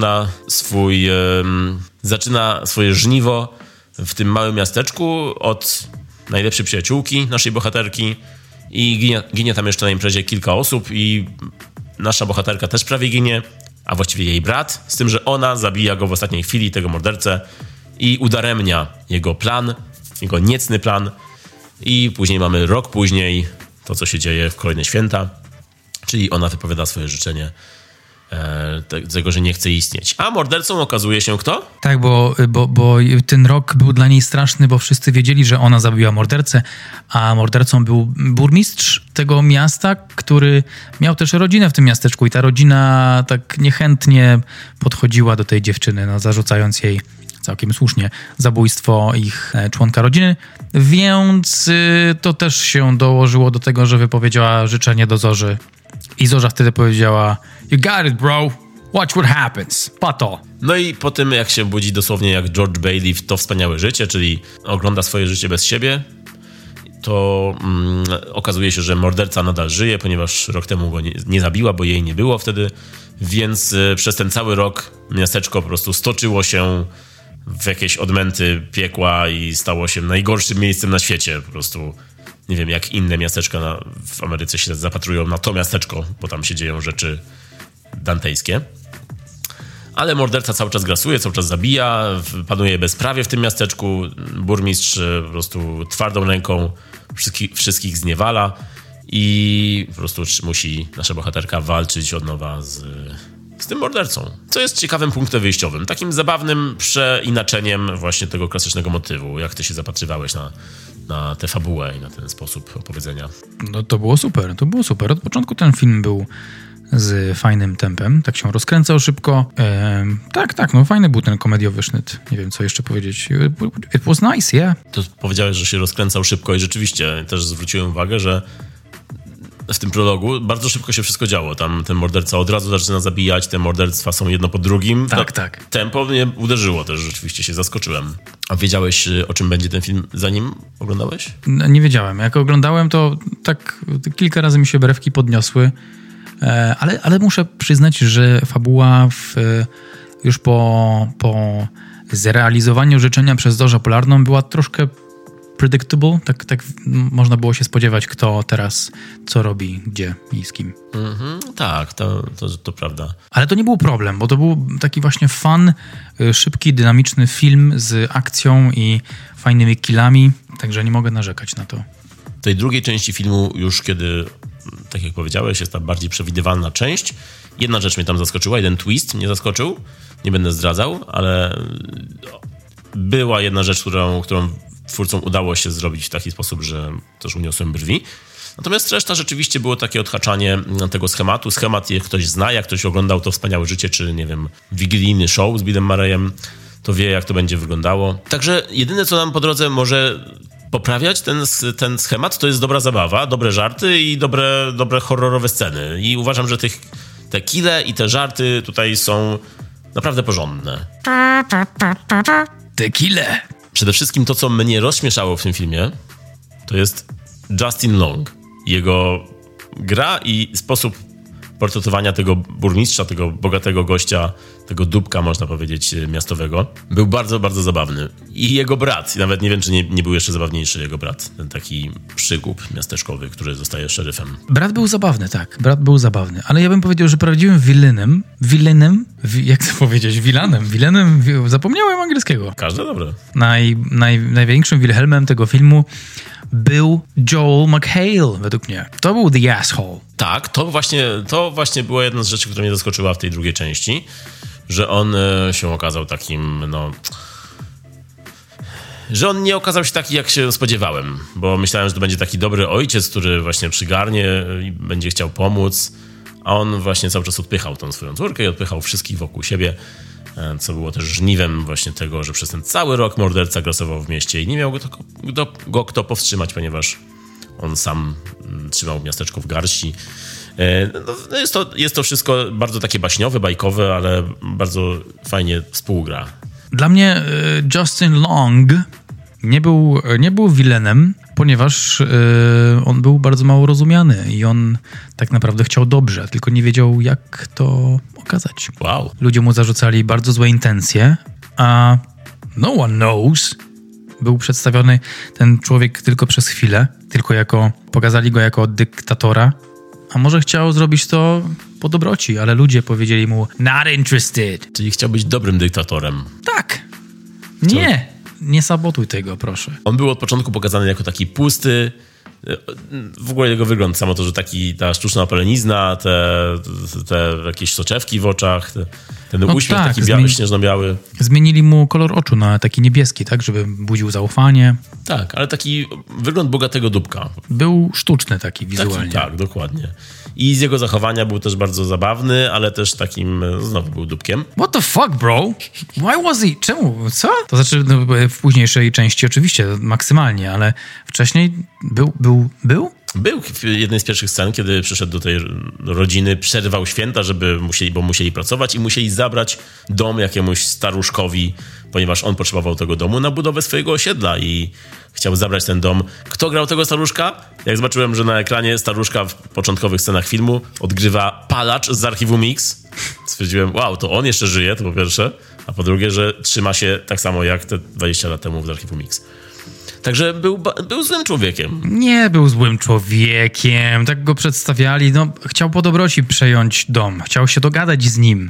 zaczyna swoje żniwo w tym małym miasteczku od najlepszej przyjaciółki naszej bohaterki i ginie tam jeszcze na imprezie kilka osób i nasza bohaterka też prawie ginie, a właściwie jej brat, z tym, że ona zabija go w ostatniej chwili, tego mordercę, i udaremnia jego plan, jego niecny plan. I później mamy rok później to, co się dzieje w kolejne święta, czyli ona wypowiada swoje życzenie tego, że nie chce istnieć. A mordercą okazuje się kto? Tak, bo ten rok był dla niej straszny, bo wszyscy wiedzieli, że ona zabiła mordercę, a mordercą był burmistrz tego miasta, który miał też rodzinę w tym miasteczku i ta rodzina tak niechętnie podchodziła do tej dziewczyny, no, zarzucając jej całkiem słusznie zabójstwo ich członka rodziny, więc to też się dołożyło do tego, że wypowiedziała życzenie do Zorzy. I Zorza wtedy powiedziała: "You got it, bro. Watch what happens. Pato." No i po tym, jak się budzi dosłownie jak George Bailey w To wspaniałe życie, czyli ogląda swoje życie bez siebie, to okazuje się, że morderca nadal żyje, ponieważ rok temu go nie zabiła, bo jej nie było wtedy, więc przez ten cały rok miasteczko po prostu stoczyło się w jakieś odmęty piekła i stało się najgorszym miejscem na świecie. Po prostu nie wiem, jak inne miasteczka w Ameryce się zapatrują na to miasteczko, bo tam się dzieją rzeczy dantejskie. Ale morderca cały czas grasuje, cały czas zabija, panuje bezprawie w tym miasteczku. Burmistrz po prostu twardą ręką wszystkich zniewala i po prostu musi nasza bohaterka walczyć od nowa z tym mordercą. Co jest ciekawym punktem wyjściowym, takim zabawnym przeinaczeniem właśnie tego klasycznego motywu. Jak ty się zapatrywałeś na tę fabułę i na ten sposób opowiedzenia? No to było super. Od początku ten film był z fajnym tempem, tak się rozkręcał szybko. No fajny był ten komediowy sznyt. Nie wiem, co jeszcze powiedzieć. It was nice, yeah. To powiedziałeś, że się rozkręcał szybko i rzeczywiście też zwróciłem uwagę, że w tym prologu bardzo szybko się wszystko działo. Tam ten morderca od razu zaczyna zabijać, te morderstwa są jedno po drugim. Tak. Tempo mnie uderzyło też, rzeczywiście się zaskoczyłem. A wiedziałeś, o czym będzie ten film, zanim oglądałeś? No, nie wiedziałem. Jak oglądałem, to tak kilka razy mi się brewki podniosły, ale muszę przyznać, że fabuła już po zrealizowaniu życzenia przez Zorzę Polarną była troszkę predictable, tak można było się spodziewać, kto teraz co robi, gdzie i z kim. Tak, to prawda. Ale to nie był problem, bo to był taki właśnie fun, szybki, dynamiczny film z akcją i fajnymi killami, także nie mogę narzekać na to. W tej drugiej części filmu już kiedy, tak jak powiedziałeś, jest ta bardziej przewidywalna część. Jedna rzecz mnie tam zaskoczyła, jeden twist mnie zaskoczył, nie będę zdradzał, ale była jedna rzecz, którą twórcom udało się zrobić w taki sposób, że też uniosłem brwi. Natomiast reszta rzeczywiście było takie odhaczanie tego schematu. Schemat, jak ktoś zna, jak ktoś oglądał To wspaniałe życie, czy nie wiem, wigilijny show z Billem Murrayem, to wie, jak to będzie wyglądało. Także jedyne, co nam po drodze może poprawiać ten schemat, to jest dobra zabawa, dobre żarty i dobre horrorowe sceny. I uważam, że te kille i te żarty tutaj są naprawdę porządne. Te kille! Przede wszystkim to, co mnie rozśmieszało w tym filmie, to jest Justin Long. Jego gra i sposób portretowania tego burmistrza, tego bogatego gościa, tego dupka, można powiedzieć, miastowego, był bardzo, bardzo zabawny. I jego brat, nawet nie wiem, czy nie był jeszcze zabawniejszy jego brat, ten taki przygłup miasteczkowy, który zostaje szeryfem. Brat był zabawny, tak. Ale ja bym powiedział, że prawdziwym jak to powiedzieć, wilanem, zapomniałem angielskiego. Każde dobre. Największym Wilhelmem tego filmu był Joel McHale, według mnie. To był the asshole. Tak, to właśnie była jedna z rzeczy, która mnie zaskoczyła w tej drugiej części, że on się okazał takim, że on nie okazał się taki, jak się spodziewałem, bo myślałem, że to będzie taki dobry ojciec, który właśnie przygarnie i będzie chciał pomóc, a on właśnie cały czas odpychał tą swoją córkę i odpychał wszystkich wokół siebie, co było też żniwem właśnie tego, że przez ten cały rok morderca grasował w mieście i nie miał go kto powstrzymać, ponieważ on sam trzymał miasteczko w garści. Jest to wszystko bardzo takie baśniowe, bajkowe, ale bardzo fajnie współgra. Dla mnie Justin Long Nie był wilenem, ponieważ on był bardzo mało rozumiany i on tak naprawdę chciał dobrze, tylko nie wiedział, jak to okazać. Wow. Ludzie mu zarzucali bardzo złe intencje, a no one knows. Był przedstawiony ten człowiek tylko przez chwilę, pokazali go jako dyktatora, a może chciał zrobić to po dobroci, ale ludzie powiedzieli mu not interested. Czyli chciał być dobrym dyktatorem. Tak. Nie sabotuj tego, proszę. On był od początku pokazany jako taki pusty. W ogóle jego wygląd, samo to, że ta sztuczna opalenizna, te jakieś soczewki w oczach, ten uśmiech taki śnieżno-biały. Zmienili mu kolor oczu na taki niebieski, tak, żeby budził zaufanie. Tak, ale taki wygląd bogatego dupka. Był sztuczny taki wizualnie. Tak, dokładnie. I z jego zachowania był też bardzo zabawny, ale też takim, znowu był dupkiem. What the fuck, bro? Why was he? Czemu? Co? To znaczy, w późniejszej części oczywiście maksymalnie, ale wcześniej był? Był w jednej z pierwszych scen, kiedy przyszedł do tej rodziny, przerwał święta, bo musieli pracować i musieli zabrać dom jakiemuś staruszkowi, ponieważ on potrzebował tego domu na budowę swojego osiedla i chciał zabrać ten dom. Kto grał tego staruszka? Jak zobaczyłem, że na ekranie staruszka w początkowych scenach filmu odgrywa palacz z archiwum Mix, stwierdziłem, wow, to on jeszcze żyje, to po pierwsze, a po drugie, że trzyma się tak samo jak te 20 lat temu w archiwum Mix. Także był złym człowiekiem. Nie był złym człowiekiem. Tak go przedstawiali. No, chciał po dobroci przejąć dom. Chciał się dogadać z nim.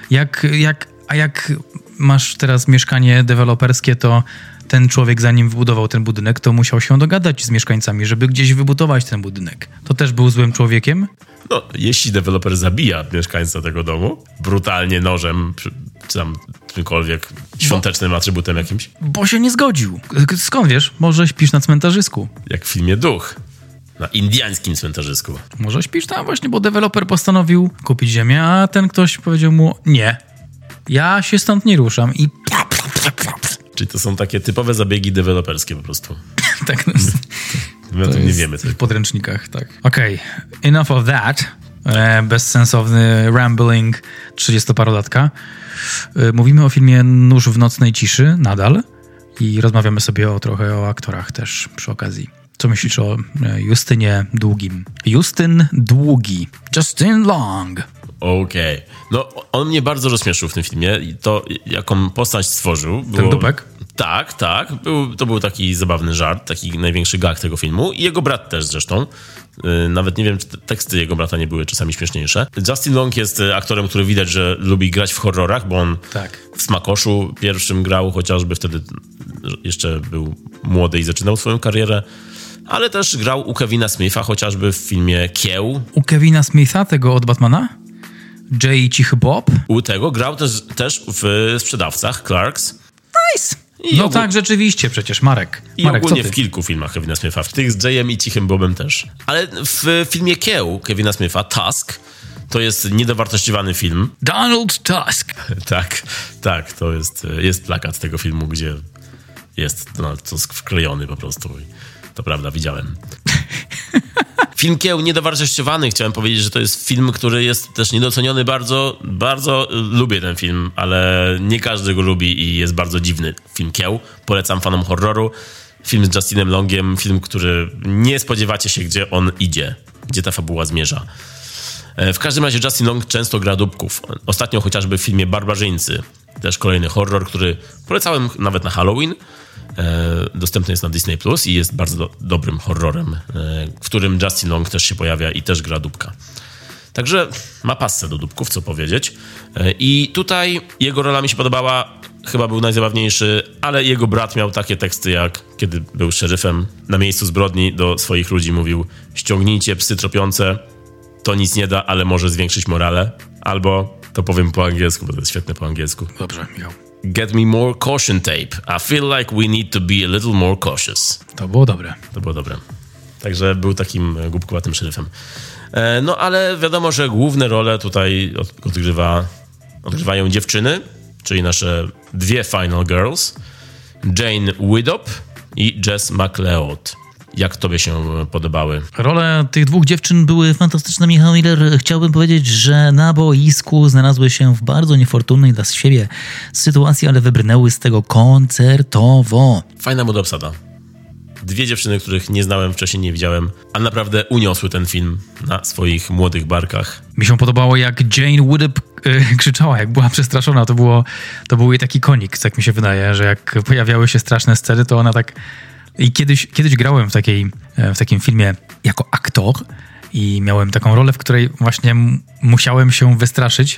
Jak masz teraz mieszkanie deweloperskie, to ten człowiek, zanim wybudował ten budynek, to musiał się dogadać z mieszkańcami, żeby gdzieś wybudować ten budynek. To też był złym człowiekiem? No, jeśli deweloper zabija mieszkańca tego domu brutalnie nożem, czy tam czymkolwiek świątecznym atrybutem jakimś. Bo się nie zgodził. Skąd wiesz? Może śpisz na cmentarzysku. Jak w filmie Duch. Na indiańskim cmentarzysku. Może śpisz tam właśnie, bo deweloper postanowił kupić ziemię, a ten ktoś powiedział mu nie. Ja się stąd nie ruszam i... Czyli to są takie typowe zabiegi deweloperskie po prostu. Tak. My o tym nie wiemy. W podręcznikach, tak. Okej. Enough of that. Bezsensowny rambling 30-parolatka. Mówimy o filmie Nóż w nocnej ciszy nadal i rozmawiamy sobie trochę o aktorach też przy okazji. Co myślisz o Justynie Długim? Justyn Długi. Justin Long. Okej. No, on mnie bardzo rozśmieszył w tym filmie i to, jaką postać stworzył. Ten dupek? Tak. To był taki zabawny żart, taki największy gag tego filmu i jego brat też zresztą. Nawet nie wiem, czy teksty jego brata nie były czasami śmieszniejsze. Justin Long jest aktorem, który widać, że lubi grać w horrorach, bo on w Smakoszu pierwszym grał, chociażby wtedy jeszcze był młody i zaczynał swoją karierę. Ale też grał u Kevina Smitha, chociażby w filmie Kieł. U Kevina Smitha, tego od Batmana? J. Cichy Bob? U tego grał też w Sprzedawcach, Clerks. Nice! Tak, rzeczywiście, przecież Marek. I ogólnie w kilku filmach Kevina Smitha, w tych z Jayem i Cichym Bobem też. Ale w filmie Kieł Kevina Smitha, Tusk, to jest niedowartościowany film. Donald Tusk! Tak, to jest plakat tego filmu, gdzie jest Donald Tusk wklejony po prostu. To prawda, widziałem. Film Kieł niedowartościowany. Chciałem powiedzieć, że to jest film, który jest też niedoceniony bardzo. Bardzo lubię ten film, ale nie każdy go lubi i jest bardzo dziwny. Film Kieł. Polecam fanom horroru. Film z Justinem Longiem. Film, który nie spodziewacie się, gdzie on idzie. Gdzie ta fabuła zmierza. W każdym razie Justin Long często gra dupków. Ostatnio chociażby w filmie Barbarzyńcy. Też kolejny horror, który polecałem nawet na Halloween. Dostępny jest na Disney Plus i jest bardzo dobrym horrorem, w którym Justin Long też się pojawia i też gra dupka. Także ma passę do dupków, co powiedzieć. I tutaj jego rola mi się podobała, chyba był najzabawniejszy, ale jego brat miał takie teksty, jak kiedy był szeryfem na miejscu zbrodni, do swoich ludzi mówił: ściągnijcie psy tropiące, to nic nie da, ale może zwiększyć morale. Albo, to powiem po angielsku, bo to jest świetne po angielsku. Dobrze, Michał. Get me more caution tape. I feel like we need to be a little more cautious. To było dobre. Także był takim głupkowatym szeryfem. No ale wiadomo, że główne role tutaj odgrywają dziewczyny, czyli nasze dwie Final Girls. Jane Widdop i Jess McLeod. Jak tobie się podobały? Role tych dwóch dziewczyn były fantastyczne, Michał Miller. Chciałbym powiedzieć, że na boisku znalazły się w bardzo niefortunnej dla siebie sytuacji, ale wybrnęły z tego koncertowo. Fajna młoda obsada. Dwie dziewczyny, których nie znałem wcześniej, nie widziałem, a naprawdę uniosły ten film na swoich młodych barkach. Mi się podobało, jak Jane Woodop krzyczała, jak była przestraszona. To był jej taki konik, tak mi się wydaje, że jak pojawiały się straszne sceny, to ona tak... I kiedyś grałem w takim filmie jako aktor i miałem taką rolę, w której właśnie musiałem się wystraszyć.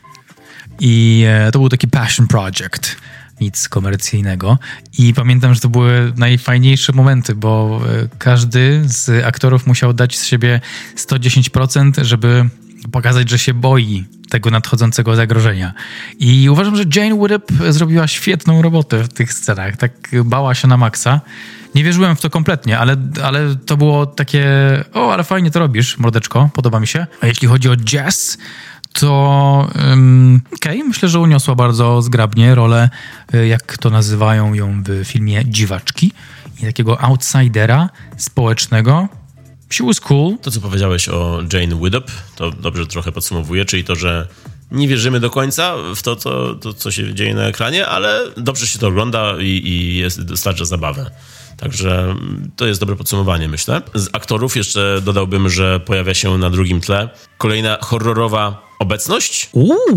I to był taki passion project, nic komercyjnego. I pamiętam, że to były najfajniejsze momenty, bo każdy z aktorów musiał dać z siebie 110%, żeby pokazać, że się boi tego nadchodzącego zagrożenia. I uważam, że Jane Woodop zrobiła świetną robotę w tych scenach. Tak bała się na maksa. Nie wierzyłem w to kompletnie, ale to było takie... O, ale fajnie to robisz, mordeczko, podoba mi się. A jeśli chodzi o Jess, to myślę, że uniosła bardzo zgrabnie rolę, jak to nazywają ją w filmie Dziwaczki. I takiego outsidera społecznego. She was cool. To, co powiedziałeś o Jane Woodop, to dobrze trochę podsumowuje, czyli to, że nie wierzymy do końca w to, co się dzieje na ekranie, ale dobrze się to ogląda i dostarcza zabawę. Także to jest dobre podsumowanie, myślę. Z aktorów jeszcze dodałbym, że pojawia się na drugim tle kolejna horrorowa obecność.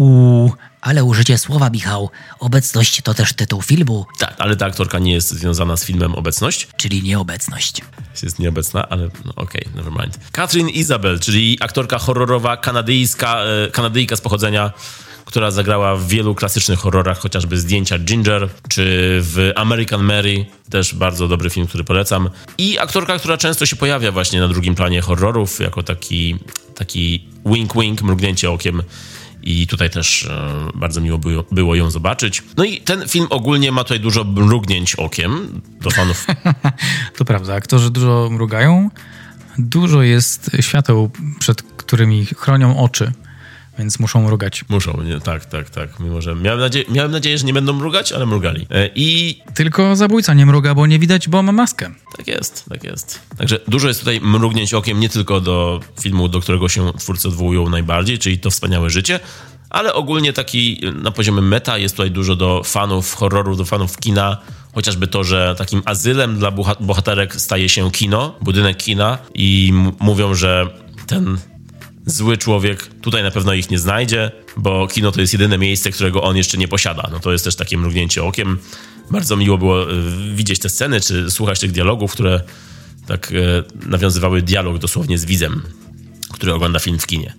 Ale użycie słowa, Michał. Obecność to też tytuł filmu. Tak, ale ta aktorka nie jest związana z filmem Obecność. Czyli nieobecność. Jest nieobecna, ale okej, never mind. Katrin Isabelle, czyli aktorka horrorowa Kanadyjka z pochodzenia, która zagrała w wielu klasycznych horrorach, chociażby Zdjęcia Ginger, czy w American Mary, też bardzo dobry film, który polecam. I aktorka, która często się pojawia właśnie na drugim planie horrorów, jako taki wink-wink, mrugnięcie okiem. I tutaj też bardzo miło było ją zobaczyć. No i ten film ogólnie ma tutaj dużo mrugnięć okiem do fanów. To prawda, aktorzy dużo mrugają. Dużo jest świateł, przed którymi chronią oczy. Więc muszą mrugać. Muszą, nie? Tak. Mimo, że miałem nadzieję, że nie będą mrugać, ale mrugali. Tylko zabójca nie mruga, bo nie widać, bo ma maskę. Tak jest. Także dużo jest tutaj mrugnięć okiem nie tylko do filmu, do którego się twórcy odwołują najbardziej, czyli To wspaniałe życie, ale ogólnie taki na poziomie meta jest tutaj dużo do fanów horroru, do fanów kina. Chociażby to, że takim azylem dla bohaterek staje się kino, budynek kina i mówią, że ten zły człowiek tutaj na pewno ich nie znajdzie, bo kino to jest jedyne miejsce, którego on jeszcze nie posiada. No to jest też takie mrugnięcie okiem. Bardzo miło było widzieć te sceny, czy słuchać tych dialogów, które tak nawiązywały dialog dosłownie z widzem, który ogląda film w kinie.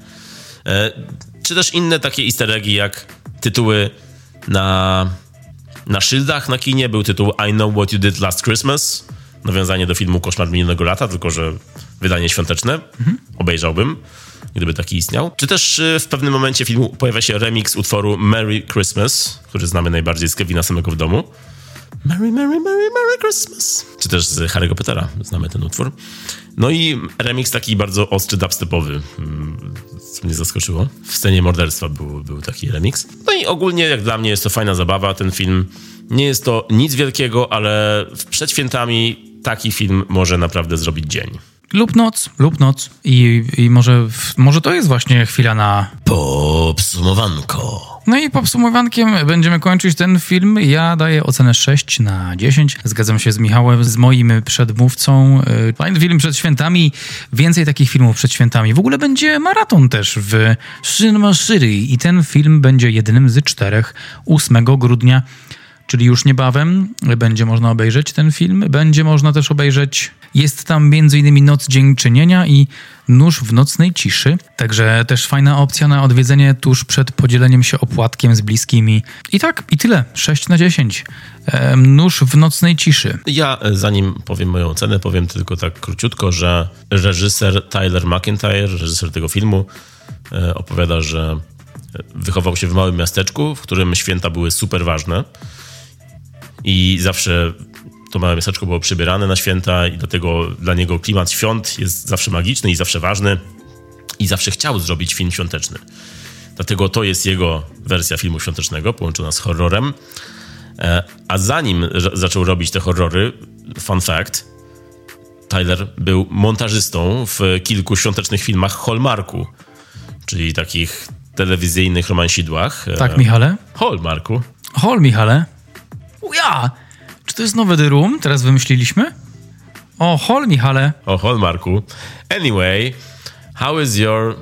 Czy też inne takie easter eggi, jak tytuły na szyldach na kinie. Był tytuł I Know What You Did Last Christmas. Nawiązanie do filmu Koszmar minionego lata, tylko że wydanie świąteczne. Obejrzałbym, gdyby taki istniał. Czy też w pewnym momencie filmu pojawia się remix utworu Merry Christmas, który znamy najbardziej z Kevina Samego w domu. Merry, Merry, Merry, Merry Christmas. Czy też z Harry'ego Pottera znamy ten utwór. No i remix taki bardzo ostry, dubstepowy, co mnie zaskoczyło. W scenie morderstwa był taki remix. No i ogólnie jak dla mnie jest to fajna zabawa, ten film. Nie jest to nic wielkiego, ale przed świętami taki film może naprawdę zrobić dzień. Lub noc. I może to jest właśnie chwila na... Podsumowanko. No i podsumowankiem będziemy kończyć ten film. Ja daję ocenę 6/10. Zgadzam się z Michałem, z moim przedmówcą. Fajny film przed świętami. Więcej takich filmów przed świętami. W ogóle będzie maraton też w Cinema City. I ten film będzie jednym z 4, 8 grudnia. Czyli już niebawem będzie można obejrzeć ten film. Będzie można też obejrzeć... Jest tam m.in. Noc Dziękczynienia i Nóż w nocnej ciszy. Także też fajna opcja na odwiedzenie tuż przed podzieleniem się opłatkiem z bliskimi. I tak, i tyle. 6/10. Nóż w nocnej ciszy. Ja, zanim powiem moją ocenę, powiem tylko tak króciutko, że reżyser Tyler McIntyre, reżyser tego filmu, opowiada, że wychował się w małym miasteczku, w którym święta były super ważne. I zawsze to małe miasteczko było przybierane na święta i dlatego dla niego klimat świąt jest zawsze magiczny i zawsze ważny i zawsze chciał zrobić film świąteczny. Dlatego to jest jego wersja filmu świątecznego, połączona z horrorem. A zanim zaczął robić te horrory, fun fact, Tyler był montażystą w kilku świątecznych filmach Hallmarku, czyli takich telewizyjnych romansidłach. Tak, Michale? Hallmarku. Michale? Ja! Czy to jest nowe The Room? Teraz wymyśliliśmy? Michale. Hallmarku. Anyway, how is your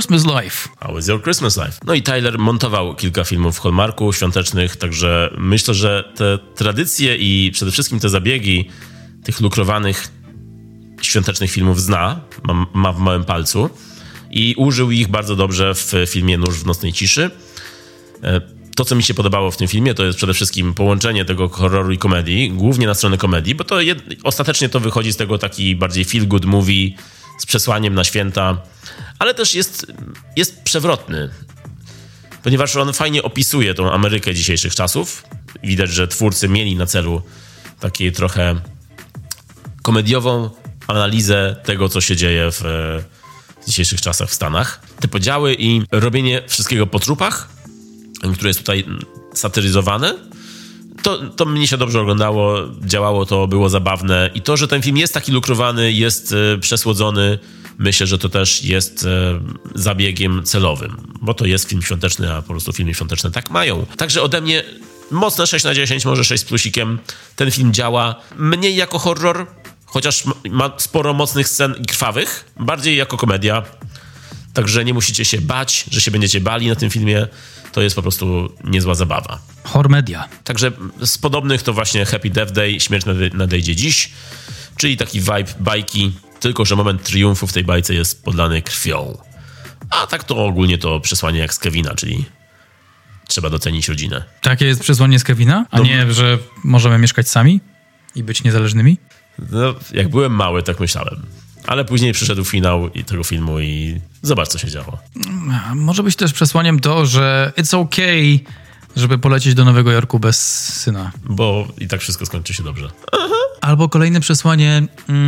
Christmas life? No i Tyler montował kilka filmów w Hallmarku świątecznych, także myślę, że te tradycje i przede wszystkim te zabiegi tych lukrowanych świątecznych filmów ma w małym palcu i użył ich bardzo dobrze w filmie Nóż w nocnej ciszy. To, co mi się podobało w tym filmie, to jest przede wszystkim połączenie tego horroru i komedii, głównie na stronę komedii, bo to ostatecznie to wychodzi z tego taki bardziej feel-good movie z przesłaniem na święta, ale też jest przewrotny, ponieważ on fajnie opisuje tą Amerykę dzisiejszych czasów. Widać, że twórcy mieli na celu takiej trochę komediową analizę tego, co się dzieje w dzisiejszych czasach w Stanach. Te podziały i robienie wszystkiego po trupach, które jest tutaj satyryzowane, to mnie się dobrze oglądało, działało to, było zabawne i to, że ten film jest taki lukrowany, jest przesłodzony, myślę, że to też jest zabiegiem celowym, bo to jest film świąteczny, a po prostu filmy świąteczne tak mają. Także ode mnie mocne 6/10, może 6 z plusikiem. Ten film działa mniej jako horror, chociaż ma sporo mocnych scen i krwawych, bardziej jako komedia. Także nie musicie się bać, że się będziecie bali na tym filmie. To jest po prostu niezła zabawa. Hormedia. Także z podobnych to właśnie Happy Death Day, Śmierć nadejdzie dziś, czyli taki vibe bajki, tylko że moment triumfu w tej bajce jest podlany krwią. A tak to ogólnie to przesłanie jak z Kevina, czyli trzeba docenić rodzinę. Takie jest przesłanie z Kevina? A nie, że możemy mieszkać sami i być niezależnymi? No, jak byłem mały, tak myślałem. Ale później przyszedł finał tego filmu i zobacz, co się działo. Może być też przesłaniem to, że it's okay, żeby polecieć do Nowego Jorku bez syna. Bo i tak wszystko skończy się dobrze. Albo kolejne przesłanie,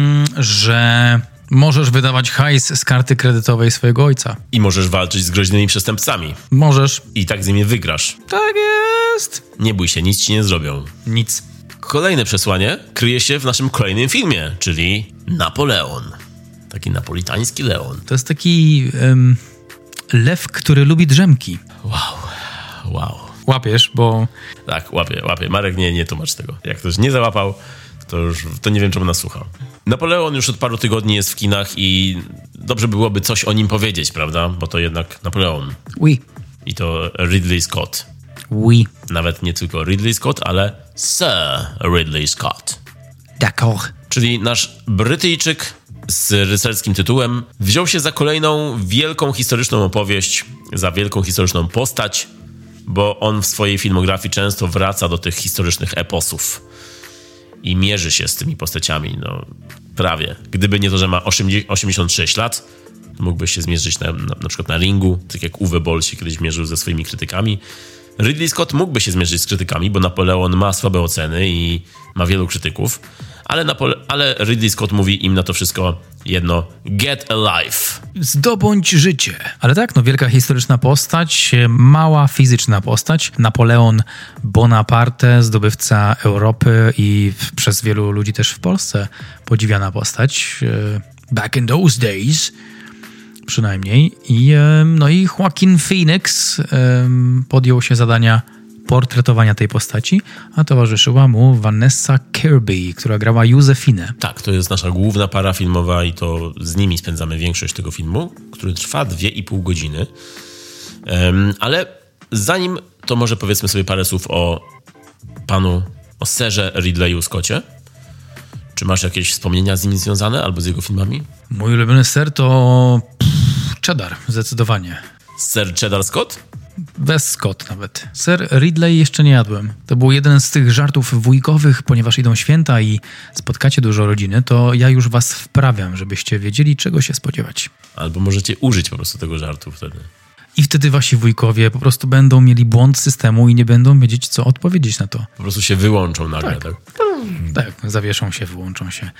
że możesz wydawać hajs z karty kredytowej swojego ojca. I możesz walczyć z groźnymi przestępcami. Możesz. I tak z nimi wygrasz. Tak jest. Nie bój się, nic ci nie zrobią. Nic. Kolejne przesłanie kryje się w naszym kolejnym filmie, czyli Napoleon. Taki napolitański Leon. To jest taki lew, który lubi drzemki. Wow. Łapiesz, bo... Tak, łapię. Marek, nie tłumacz tego. Jak ktoś nie załapał, to nie wiem, czemu nas słuchał. Napoleon już od paru tygodni jest w kinach i dobrze byłoby coś o nim powiedzieć, prawda? Bo to jednak Napoleon. Oui. I to Ridley Scott. Oui. Nawet nie tylko Ridley Scott, ale Sir Ridley Scott. D'accord. Czyli nasz Brytyjczyk z rycerskim tytułem wziął się za kolejną wielką historyczną opowieść, za wielką historyczną postać, bo on w swojej filmografii często wraca do tych historycznych eposów i mierzy się z tymi postaciami, no prawie. Gdyby nie to, że ma 86 lat, mógłby się zmierzyć na przykład na ringu, tak jak Uwe Boll się kiedyś mierzył ze swoimi krytykami. Ridley Scott mógłby się zmierzyć z krytykami, bo Napoleon ma słabe oceny i ma wielu krytyków, ale Ridley Scott mówi im na to wszystko jedno: get alive. Zdobądź życie. Ale tak, no wielka historyczna postać, mała fizyczna postać. Napoleon Bonaparte, zdobywca Europy i przez wielu ludzi też w Polsce podziwiana postać. Back in those days przynajmniej. I Joaquin Phoenix podjął się zadania portretowania tej postaci, a towarzyszyła mu Vanessa Kirby, która grała Józefinę. Tak, to jest nasza główna para filmowa i to z nimi spędzamy większość tego filmu, który trwa 2,5 godziny. Ale zanim to może powiedzmy sobie parę słów o Sirze Ridleyu Scotcie. Czy masz jakieś wspomnienia z nim związane albo z jego filmami? Mój ulubiony ser to cheddar, zdecydowanie. Sir Cheddar Scott? Bez Scott nawet. Sir Ridley jeszcze nie jadłem. To był jeden z tych żartów wujkowych, ponieważ idą święta i spotkacie dużo rodziny, to ja już was wprawiam, żebyście wiedzieli, czego się spodziewać. Albo możecie użyć po prostu tego żartu wtedy. I wtedy wasi wujkowie po prostu będą mieli błąd systemu i nie będą wiedzieć, co odpowiedzieć na to. Po prostu się wyłączą nagle, tak? Tak, zawieszą się, wyłączą się.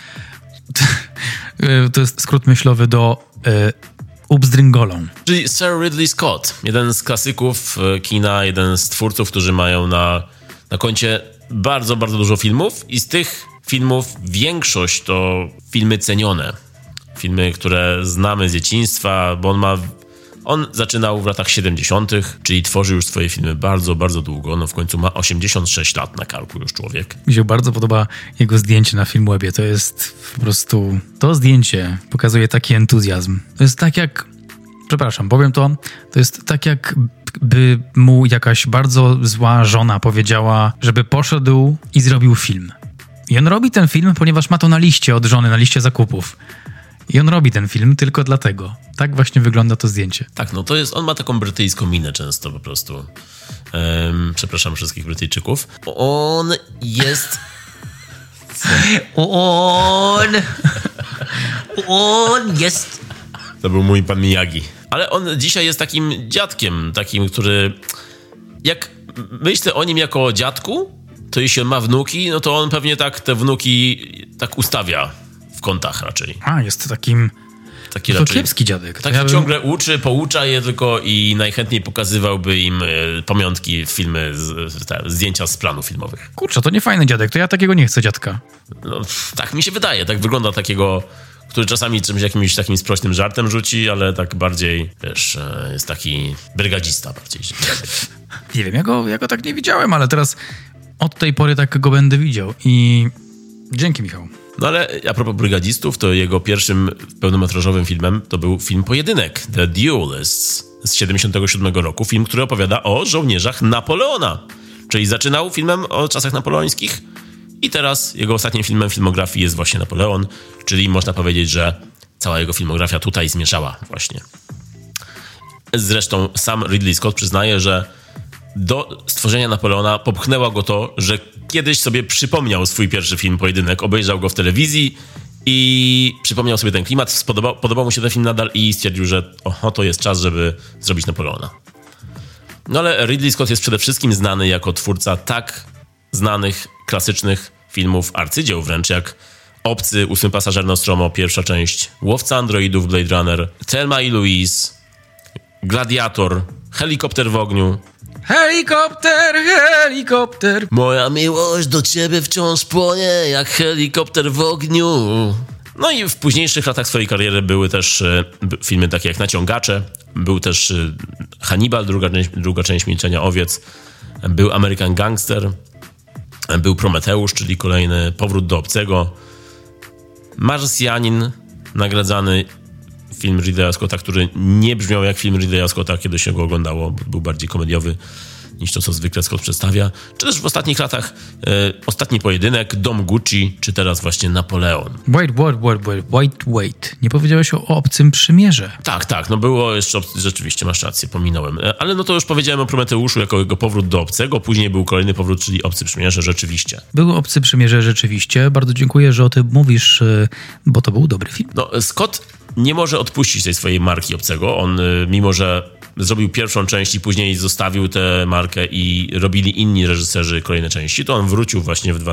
To jest skrót myślowy do ubzdringolą. Czyli Sir Ridley Scott, jeden z klasyków kina, jeden z twórców, którzy mają na koncie bardzo, bardzo dużo filmów i z tych filmów większość to filmy cenione. Filmy, które znamy z dzieciństwa, bo on zaczynał w latach 70., czyli tworzy już swoje filmy bardzo, bardzo długo. No w końcu ma 86 lat na karku już człowiek. Mi się bardzo podoba jego zdjęcie na Filmwebie. To jest po prostu... To zdjęcie pokazuje taki entuzjazm. To jest tak jak... Przepraszam, powiem to. To jest tak jakby mu jakaś bardzo zła żona powiedziała, żeby poszedł i zrobił film. I on robi ten film, ponieważ ma to na liście od żony, na liście zakupów. I on robi ten film tylko dlatego. Tak właśnie wygląda to zdjęcie. Tak, no to jest, on ma taką brytyjską minę często po prostu. Przepraszam wszystkich Brytyjczyków. On jest... On jest... To był mój pan Miyagi. Ale on dzisiaj jest takim dziadkiem, takim, który... Jak myślę o nim jako o dziadku, to jeśli on ma wnuki, no to on pewnie tak te wnuki tak ustawia w kątach raczej. A, jest takim... Taki to raczej, kiepski dziadek. Taki ciągle uczy, poucza je tylko i najchętniej pokazywałby im pamiątki, filmy, zdjęcia z planów filmowych. Kurczę, to nie fajny dziadek, to ja takiego nie chcę dziadka. No, tak mi się wydaje, tak wygląda takiego, który czasami czymś jakimś takim sprośnym żartem rzuci, ale tak bardziej, wiesz, jest taki brygadzista bardziej. Nie wiem, ja go tak nie widziałem, ale teraz od tej pory tak go będę widział i dzięki, Michał. No ale a propos brygadzistów, to jego pierwszym pełnometrażowym filmem to był film Pojedynek, The Duelists z 77 roku. Film, który opowiada o żołnierzach Napoleona. Czyli zaczynał filmem o czasach napoleońskich i teraz jego ostatnim filmem filmografii jest właśnie Napoleon, czyli można powiedzieć, że cała jego filmografia tutaj zmieszała właśnie. Zresztą sam Ridley Scott przyznaje, że do stworzenia Napoleona popchnęło go to, że kiedyś sobie przypomniał swój pierwszy film Pojedynek, obejrzał go w telewizji i przypomniał sobie ten klimat, podobał mu się ten film nadal i stwierdził, że to jest czas, żeby zrobić Napoleona. No ale Ridley Scott jest przede wszystkim znany jako twórca tak znanych, klasycznych filmów, arcydzieł wręcz, jak Obcy, 8 pasażer Nostromo, pierwsza część, Łowca androidów, Blade Runner, Thelma i Louise, Gladiator, Helikopter w ogniu. Helikopter! Moja miłość do ciebie wciąż płonie jak helikopter w ogniu. No i w późniejszych latach swojej kariery były też filmy takie jak Naciągacze, był też Hannibal, druga część Milczenia owiec, był American Gangster, był Prometeusz, czyli kolejny powrót do obcego, Marsjanin, nagradzany film Ridleya Scotta, który nie brzmiał jak film Ridleya Scotta, kiedy się go oglądało, był bardziej komediowy niż to, co zwykle Scott przedstawia. Czy też w ostatnich latach Ostatni Pojedynek, Dom Gucci, czy teraz właśnie Napoleon. Wait. Nie powiedziałeś o Obcym Przymierze. Tak, no było jeszcze, rzeczywiście masz rację, pominąłem. Ale no to już powiedziałem o Prometeuszu jako jego powrót do obcego, później był kolejny powrót, czyli Obcy Przymierze, rzeczywiście. Był Obcy Przymierze, rzeczywiście. Bardzo dziękuję, że o tym mówisz, bo to był dobry film. No, Scott nie może odpuścić tej swojej marki Obcego. On, mimo że zrobił pierwszą część i później zostawił tę markę i robili inni reżyserzy kolejne części, to on wrócił właśnie w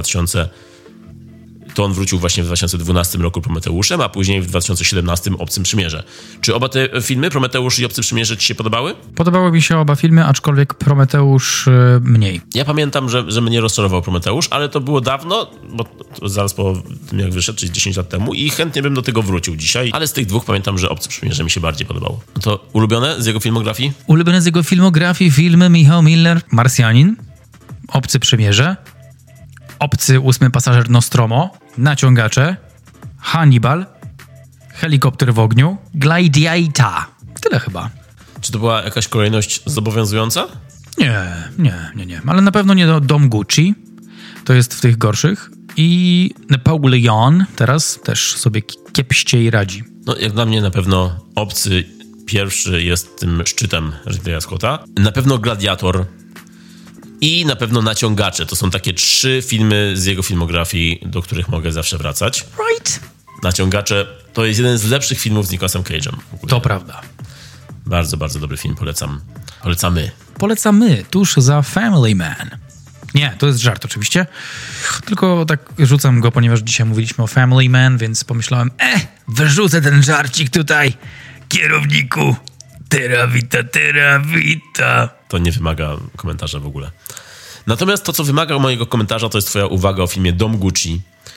2012 roku Prometeuszem, a później w 2017 Obcym Przymierze. Czy oba te filmy, Prometeusz i Obcy Przymierze, ci się podobały? Podobały mi się oba filmy, aczkolwiek Prometeusz mniej. Ja pamiętam, że mnie rozczarował Prometeusz, ale to było dawno, bo to zaraz po tym jak wyszedł, czyli 10 lat temu i chętnie bym do tego wrócił dzisiaj, ale z tych dwóch pamiętam, że Obcy Przymierze mi się bardziej podobało. To ulubione z jego filmografii? Ulubione z jego filmografii filmy Michał Miller, Marsjanin, Obcy Przymierze, Obcy, 8 pasażer Nostromo, Naciągacze, Hannibal, Helikopter w ogniu, Gladiator. Tyle chyba. Czy to była jakaś kolejność zobowiązująca? Nie. Ale na pewno nie Dom Gucci. To jest w tych gorszych. I Napoleon teraz też sobie kiepściej radzi. No, jak dla mnie na pewno Obcy pierwszy jest tym szczytem Ridleya Scotta. Na pewno Gladiator i na pewno Naciągacze. To są takie 3 filmy z jego filmografii, do których mogę zawsze wracać. Right. Naciągacze to jest jeden z lepszych filmów z Nicolasem Cage'em. To prawda. Bardzo, bardzo dobry film, polecam. Polecamy. Polecamy, tuż za Family Man. Nie, to jest żart oczywiście. Tylko tak rzucam go, ponieważ dzisiaj mówiliśmy o Family Man, więc pomyślałem, wyrzucę ten żarcik tutaj, kierowniku. Terra vita. To nie wymaga komentarza w ogóle. Natomiast to, co wymaga mojego komentarza, to jest twoja uwaga o filmie Dom Gucci.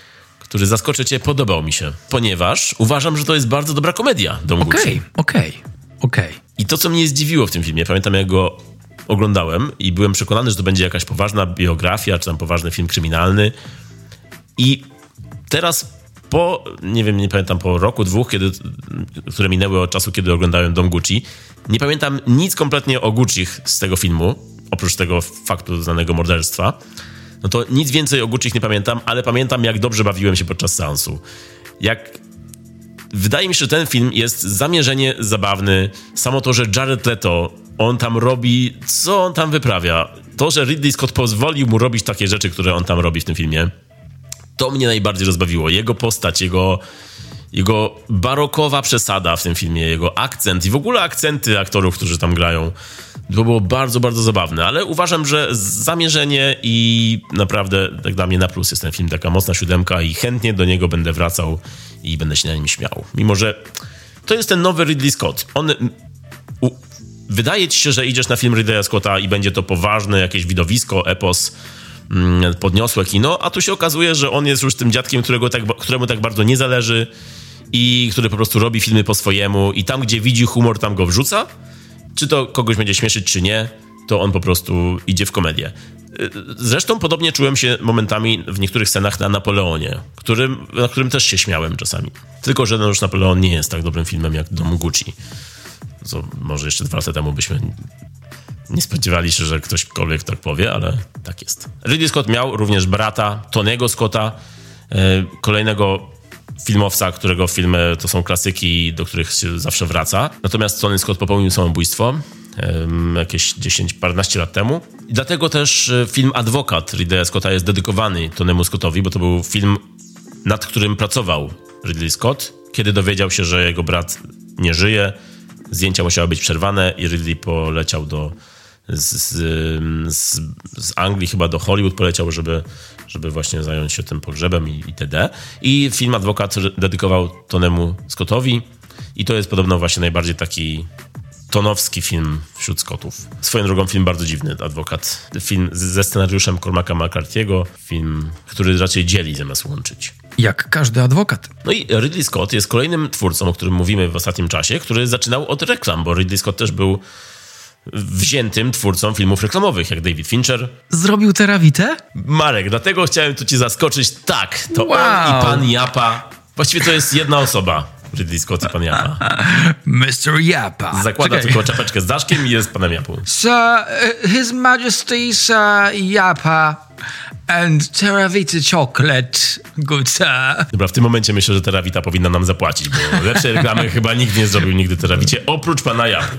który zaskoczy cię, podobał mi się. Ponieważ uważam, że to jest bardzo dobra komedia Dom Gucci. Okej. I to, co mnie zdziwiło w tym filmie, pamiętam jak go oglądałem i byłem przekonany, że to będzie jakaś poważna biografia, czy tam poważny film kryminalny. I teraz nie pamiętam, po roku, 2, które minęły od czasu, kiedy oglądałem Dom Gucci, nie pamiętam nic kompletnie o Guccich z tego filmu, oprócz tego faktu znanego morderstwa. No to nic więcej o Guccich nie pamiętam, ale pamiętam, jak dobrze bawiłem się podczas seansu. Wydaje mi się, że ten film jest zamierzenie zabawny. Samo to, że Jared Leto, on tam robi, co on tam wyprawia. To, że Ridley Scott pozwolił mu robić takie rzeczy, które on tam robi w tym filmie, to mnie najbardziej rozbawiło. Jego postać, jego barokowa przesada w tym filmie, jego akcent i w ogóle akcenty aktorów, którzy tam grają. To było bardzo, bardzo zabawne, ale uważam, że zamierzenie i naprawdę tak dla mnie na plus jest ten film, taka mocna 7 i chętnie do niego będę wracał i będę się na nim śmiał. Mimo że to jest ten nowy Ridley Scott. Wydaje ci się, że idziesz na film Ridleya Scotta i będzie to poważne jakieś widowisko, epos, podniosłe kino, a tu się okazuje, że on jest już tym dziadkiem, któremu tak bardzo nie zależy i który po prostu robi filmy po swojemu i tam, gdzie widzi humor, tam go wrzuca. Czy to kogoś będzie śmieszyć, czy nie, to on po prostu idzie w komedię. Zresztą podobnie czułem się momentami w niektórych scenach na Napoleonie, na którym też się śmiałem czasami. Tylko że już Napoleon nie jest tak dobrym filmem jak Dom Gucci. Co może jeszcze 2 lata temu byśmy nie spodziewali się, że ktośkolwiek tak powie, ale tak jest. Ridley Scott miał również brata Tony'ego Scotta, kolejnego filmowca, którego filmy to są klasyki, do których się zawsze wraca. Natomiast Tony Scott popełnił samobójstwo jakieś 10-15 lat temu. I dlatego też film Adwokat Ridleya Scotta jest dedykowany Tony'emu Scottowi, bo to był film, nad którym pracował Ridley Scott. Kiedy dowiedział się, że jego brat nie żyje, zdjęcia musiały być przerwane i Ridley poleciał z Anglii, chyba do Hollywood poleciał, żeby właśnie zająć się tym pogrzebem itd. I film Adwokat dedykował Tony'emu Scottowi i to jest podobno właśnie najbardziej taki tonowski film wśród Scottów. Swoją drogą film bardzo dziwny, Adwokat. Film ze scenariuszem Cormaca McCarthy'ego, film, który raczej dzieli zamiast łączyć. Jak każdy adwokat. No i Ridley Scott jest kolejnym twórcą, o którym mówimy w ostatnim czasie, który zaczynał od reklam, bo Ridley Scott też był wziętym twórcą filmów reklamowych, jak David Fincher. Zrobił Terawitę? Marek, dlatego chciałem tu cię zaskoczyć. Tak, to wow. On i Pan Japa. Właściwie to jest jedna osoba. Ridley Scott i Pan Japa. Mr. Japa. Zakłada tylko czapeczkę z daszkiem i jest Panem Japą. Sir, His Majesty Sir Japa and Terawita Chocolate, good sir. Dobra, w tym momencie myślę, że Terawita powinna nam zapłacić, bo lepszej reklamy chyba nikt nie zrobił nigdy Terawicie, oprócz Pana Japy.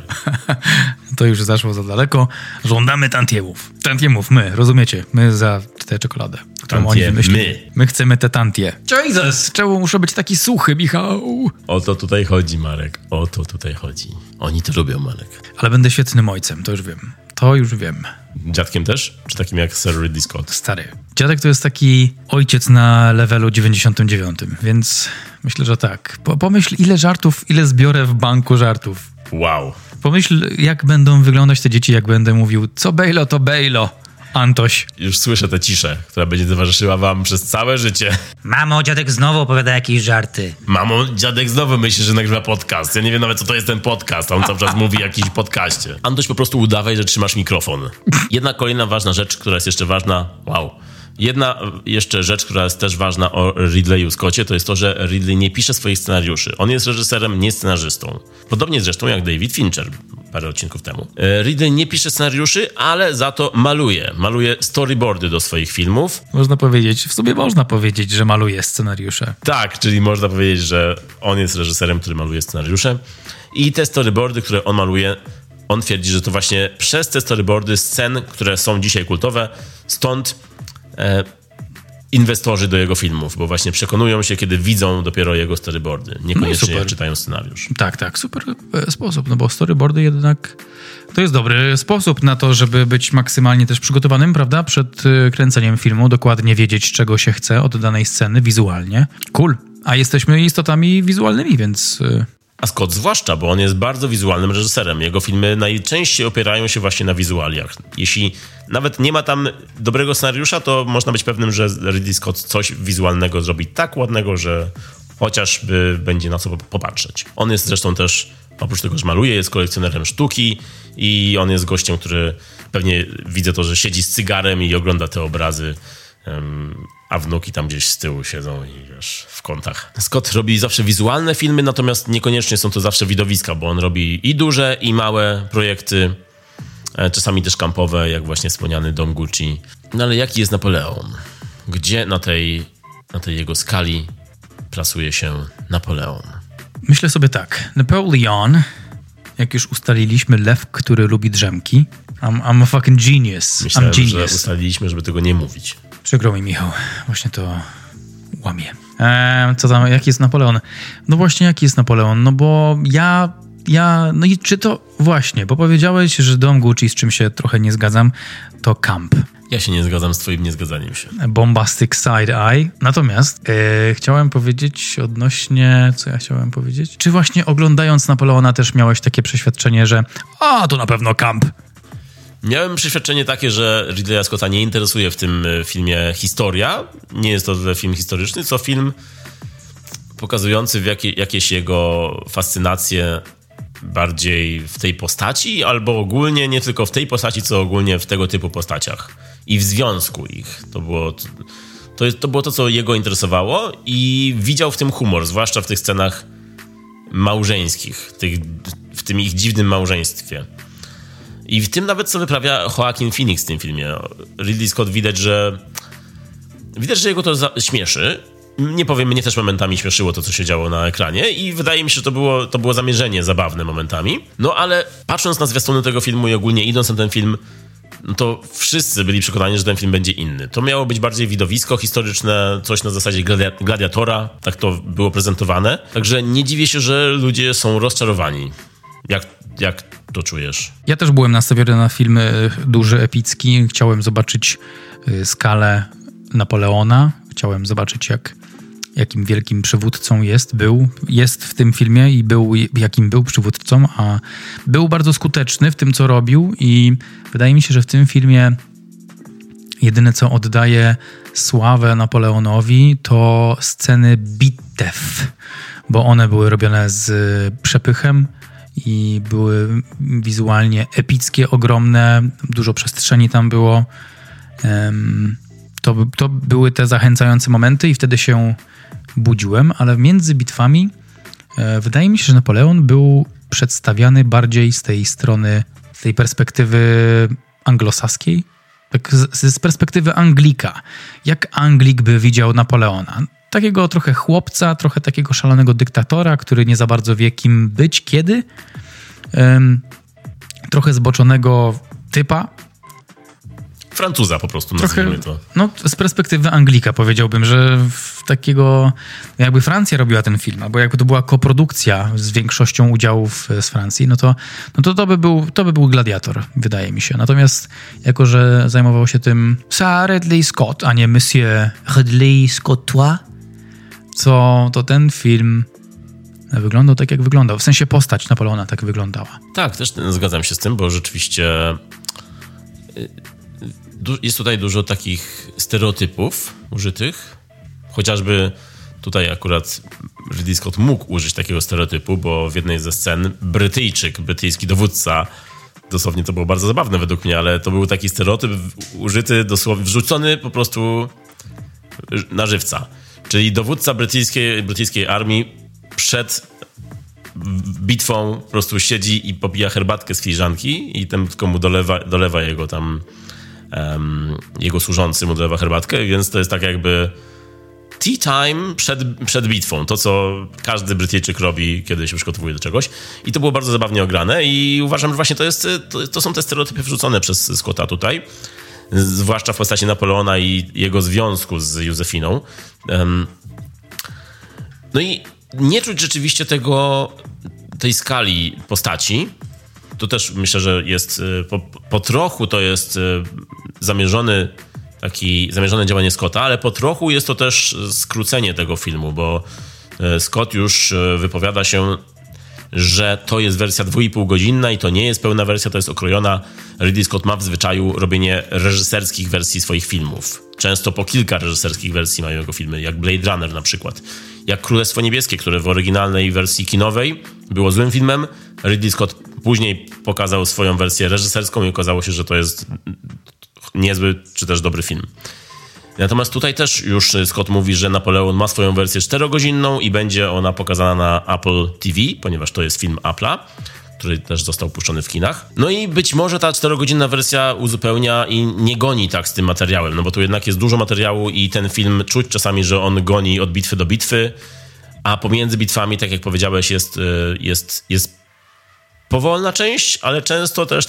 To już zaszło za daleko. Żądamy tantiemów. Tantiemów, my, rozumiecie? My za tę czekoladę, którą oni wymyślili. My chcemy te tantie. Jesus! Czemu muszę być taki suchy, Michał? O to tutaj chodzi, Marek. O to tutaj chodzi. Oni to lubią, Marek. Ale będę świetnym ojcem, to już wiem. To już wiem. Dziadkiem też? Czy takim jak Sir Ridley Scott? Stary. Dziadek to jest taki ojciec na levelu 99, więc myślę, że tak. Pomyśl, ile żartów, ile zbiorę w banku żartów. Wow. Pomyśl, jak będą wyglądać te dzieci, jak będę mówił, co Bejlo, to Bejlo. Antoś. Już słyszę tę ciszę, która będzie towarzyszyła wam przez całe życie. Mamo, dziadek znowu opowiada jakieś żarty. Mamo, dziadek znowu myśli, że nagrywa podcast. Ja nie wiem nawet, co to jest ten podcast, a on cały czas mówi o jakimś podcaście. Antoś, po prostu udawaj, że trzymasz mikrofon. Jedna kolejna ważna rzecz, która jest jeszcze ważna, jedna jeszcze rzecz, która jest też ważna o Ridleyu Scotcie, to jest to, że Ridley nie pisze swoich scenariuszy. On jest reżyserem, nie scenarzystą. Podobnie zresztą jak David Fincher parę odcinków temu. Ridley nie pisze scenariuszy, ale za to maluje. Maluje storyboardy do swoich filmów. W sumie można powiedzieć, że maluje scenariusze. Tak, czyli można powiedzieć, że on jest reżyserem, który maluje scenariusze. I te storyboardy, które on maluje, on twierdzi, że to właśnie przez te storyboardy scen, które są dzisiaj kultowe, stąd inwestorzy do jego filmów, bo właśnie przekonują się, kiedy widzą dopiero jego storyboardy. Niekoniecznie jak czytają scenariusz. Tak, super sposób, no bo storyboardy jednak to jest dobry sposób na to, żeby być maksymalnie też przygotowanym, prawda, przed kręceniem filmu, dokładnie wiedzieć, czego się chce od danej sceny wizualnie. Cool. A jesteśmy istotami wizualnymi, więc A Scott zwłaszcza, bo on jest bardzo wizualnym reżyserem. Jego filmy najczęściej opierają się właśnie na wizualiach. Jeśli nawet nie ma tam dobrego scenariusza, to można być pewnym, że Ridley Scott coś wizualnego zrobi tak ładnego, że chociażby będzie na co popatrzeć. On jest zresztą też, oprócz tego, że maluje, jest kolekcjonerem sztuki i on jest gościem, który pewnie widzę to, że siedzi z cygarem i ogląda te obrazy, a wnuki tam gdzieś z tyłu siedzą i wiesz, w kątach. Scott robi zawsze wizualne filmy, natomiast niekoniecznie są to zawsze widowiska, bo on robi i duże, i małe projekty, czasami też kampowe, jak właśnie wspomniany Dom Gucci. No ale jaki jest Napoleon? Gdzie na tej jego skali plasuje się Napoleon? Myślę sobie tak. Napoleon, jak już ustaliliśmy, lew, który lubi drzemki. I'm a fucking genius. Myślałem, I'm genius. że ustaliliśmy, żeby tego nie mówić. Przykro mi, Michał. Właśnie to łamie. Co tam, jaki jest Napoleon? No właśnie, jaki jest Napoleon? No bo no i czy to właśnie, bo powiedziałeś, że Dom Gucci, z czym się trochę nie zgadzam, to camp. Ja się nie zgadzam z twoim niezgadzaniem się. Bombastic side eye. Natomiast chciałem powiedzieć odnośnie... Co ja chciałem powiedzieć? Czy właśnie oglądając Napoleona też miałeś takie przeświadczenie, że to na pewno camp? Miałem przeświadczenie takie, że Ridleya Scotta nie interesuje w tym filmie historia. Nie jest to film historyczny, co film pokazujący jakieś jego fascynacje bardziej w tej postaci, albo ogólnie nie tylko w tej postaci, co ogólnie w tego typu postaciach i w związku ich. To było to, co jego interesowało i widział w tym humor, zwłaszcza w tych scenach małżeńskich, w tym ich dziwnym małżeństwie. I w tym nawet, co wyprawia Joaquin Phoenix w tym filmie. Ridley Scott widać, że jego to śmieszy. Nie powiem, mnie też momentami śmieszyło to, co się działo na ekranie i wydaje mi się, że to było zamierzenie zabawne momentami. No ale patrząc na zwiastuny tego filmu i ogólnie idąc na ten film, no to wszyscy byli przekonani, że ten film będzie inny. To miało być bardziej widowisko historyczne, coś na zasadzie gladiatora, tak to było prezentowane. Także nie dziwię się, że ludzie są rozczarowani. Jak to czujesz? Ja też byłem nastawiony na film duży, epicki. Chciałem zobaczyć skalę Napoleona. Chciałem zobaczyć, jakim wielkim przywódcą jest w tym filmie i jakim był przywódcą, a był bardzo skuteczny w tym, co robił i wydaje mi się, że w tym filmie jedyne, co oddaje sławę Napoleonowi, to sceny bitew, bo one były robione z przepychem i były wizualnie epickie, ogromne, dużo przestrzeni tam było. To były te zachęcające momenty i wtedy się budziłem, ale między bitwami wydaje mi się, że Napoleon był przedstawiany bardziej z tej strony, z tej perspektywy anglosaskiej, tak z perspektywy Anglika. Jak Anglik by widział Napoleona? Takiego trochę chłopca, trochę takiego szalonego dyktatora, który nie za bardzo wie, kim być, kiedy. Trochę zboczonego typa. Francuza po prostu, nazwijmy to. No, z perspektywy Anglika powiedziałbym, że takiego, jakby Francja robiła ten film, albo jakby to była koprodukcja z większością udziałów z Francji, no to by był Gladiator, wydaje mi się. Natomiast jako, że zajmował się tym Sir Ridley Scott, a nie Monsieur Ridley Scottois, to ten film wyglądał tak, jak wyglądał. W sensie postać Napoleona tak wyglądała. Tak, też zgadzam się z tym, bo rzeczywiście jest tutaj dużo takich stereotypów użytych. Chociażby tutaj akurat Ridley Scott mógł użyć takiego stereotypu, bo w jednej ze scen brytyjski dowódca, dosłownie to było bardzo zabawne według mnie, ale to był taki stereotyp użyty, dosłownie wrzucony po prostu na żywca. Czyli dowódca brytyjskiej armii przed bitwą po prostu siedzi i popija herbatkę z filiżanki i ten tylko mu dolewa jego tam jego służący mu dolewa herbatkę, więc to jest tak jakby tea time przed bitwą. To, co każdy Brytyjczyk robi, kiedy się przygotowuje do czegoś. I to było bardzo zabawnie ograne i uważam, że właśnie to są te stereotypy wrzucone przez Scotta tutaj. Zwłaszcza w postaci Napoleona i jego związku z Józefiną. No i nie czuć rzeczywiście tej skali postaci. To też myślę, że jest po trochu to jest zamierzone działanie Scotta, ale po trochu jest to też skrócenie tego filmu, bo Scott już wypowiada się że to jest wersja 2,5-godzinna i to nie jest pełna wersja, to jest okrojona. Ridley Scott ma w zwyczaju robienie reżyserskich wersji swoich filmów. Często po kilka reżyserskich wersji mają jego filmy, jak Blade Runner na przykład. Jak Królestwo Niebieskie, które w oryginalnej wersji kinowej było złym filmem. Ridley Scott później pokazał swoją wersję reżyserską i okazało się, że to jest niezły czy też dobry film. Natomiast tutaj też już Scott mówi, że Napoleon ma swoją wersję 4-godzinną i będzie ona pokazana na Apple TV, ponieważ to jest film Apple'a, który też został puszczony w kinach. No i być może ta 4-godzinna wersja uzupełnia i nie goni tak z tym materiałem, no bo tu jednak jest dużo materiału i ten film czuć czasami, że on goni od bitwy do bitwy, a pomiędzy bitwami, tak jak powiedziałeś, jest powolna część, ale często też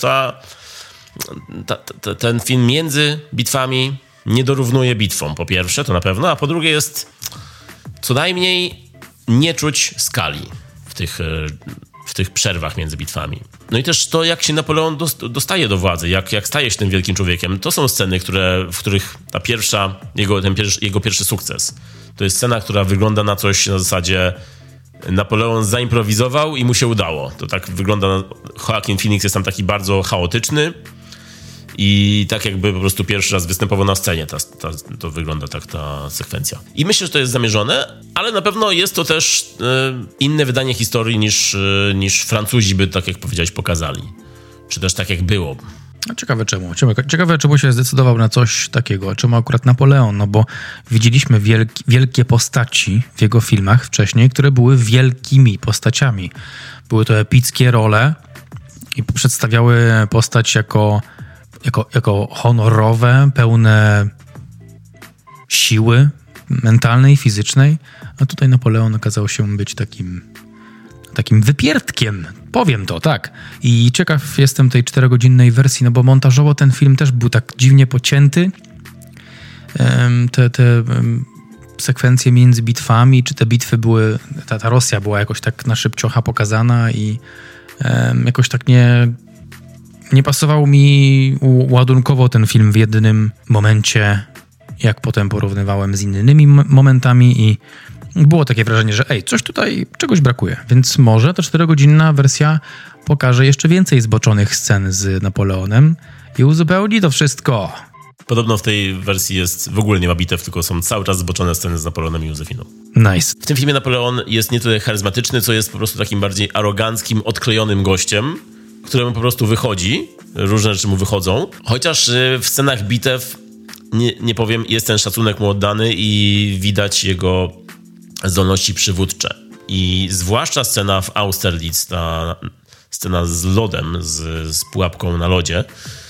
ten film między bitwami nie dorównuje bitwom, po pierwsze, to na pewno, a po drugie jest co najmniej nie czuć skali w tych przerwach między bitwami. No i też to, jak się Napoleon dostaje do władzy, jak staje się tym wielkim człowiekiem, to są sceny, w których jego pierwszy sukces. To jest scena, która wygląda na coś na zasadzie Napoleon zaimprowizował i mu się udało. To tak wygląda, Joaquin Phoenix jest tam taki bardzo chaotyczny i tak jakby po prostu pierwszy raz występował na scenie. To wygląda tak ta sekwencja. I myślę, że to jest zamierzone, ale na pewno jest to też inne wydanie historii niż Francuzi by, tak jak powiedziałeś, pokazali. Czy też tak jak było. Ciekawe czemu. Ciekawe czemu się zdecydował na coś takiego. Czemu akurat Napoleon? No bo widzieliśmy wielkie postaci w jego filmach wcześniej, które były wielkimi postaciami. Były to epickie role i przedstawiały postać jako honorowe, pełne siły mentalnej, fizycznej, a tutaj Napoleon okazał się być takim wypierdkiem. Powiem to, tak. I ciekaw jestem tej 4-godzinnej wersji, no bo montażowo ten film też był tak dziwnie pocięty. Te sekwencje między bitwami, czy te bitwy były, ta Rosja była jakoś tak na szybciocha pokazana i jakoś tak nie pasował mi ładunkowo ten film w jednym momencie, jak potem porównywałem z innymi momentami i było takie wrażenie, że coś tutaj, czegoś brakuje. Więc może ta 4-godzinna wersja pokaże jeszcze więcej zboczonych scen z Napoleonem i uzupełni to wszystko. Podobno w tej wersji w ogóle nie ma bitew, tylko są cały czas zboczone sceny z Napoleonem i Józefiną. Nice. W tym filmie Napoleon jest nie tyle charyzmatyczny, co jest po prostu takim bardziej aroganckim, odklejonym gościem, któremu po prostu wychodzi, różne rzeczy mu wychodzą. Chociaż w scenach bitew, nie powiem, jest ten szacunek mu oddany i widać jego zdolności przywódcze. I zwłaszcza scena w Austerlitz, ta scena z lodem, z pułapką na lodzie,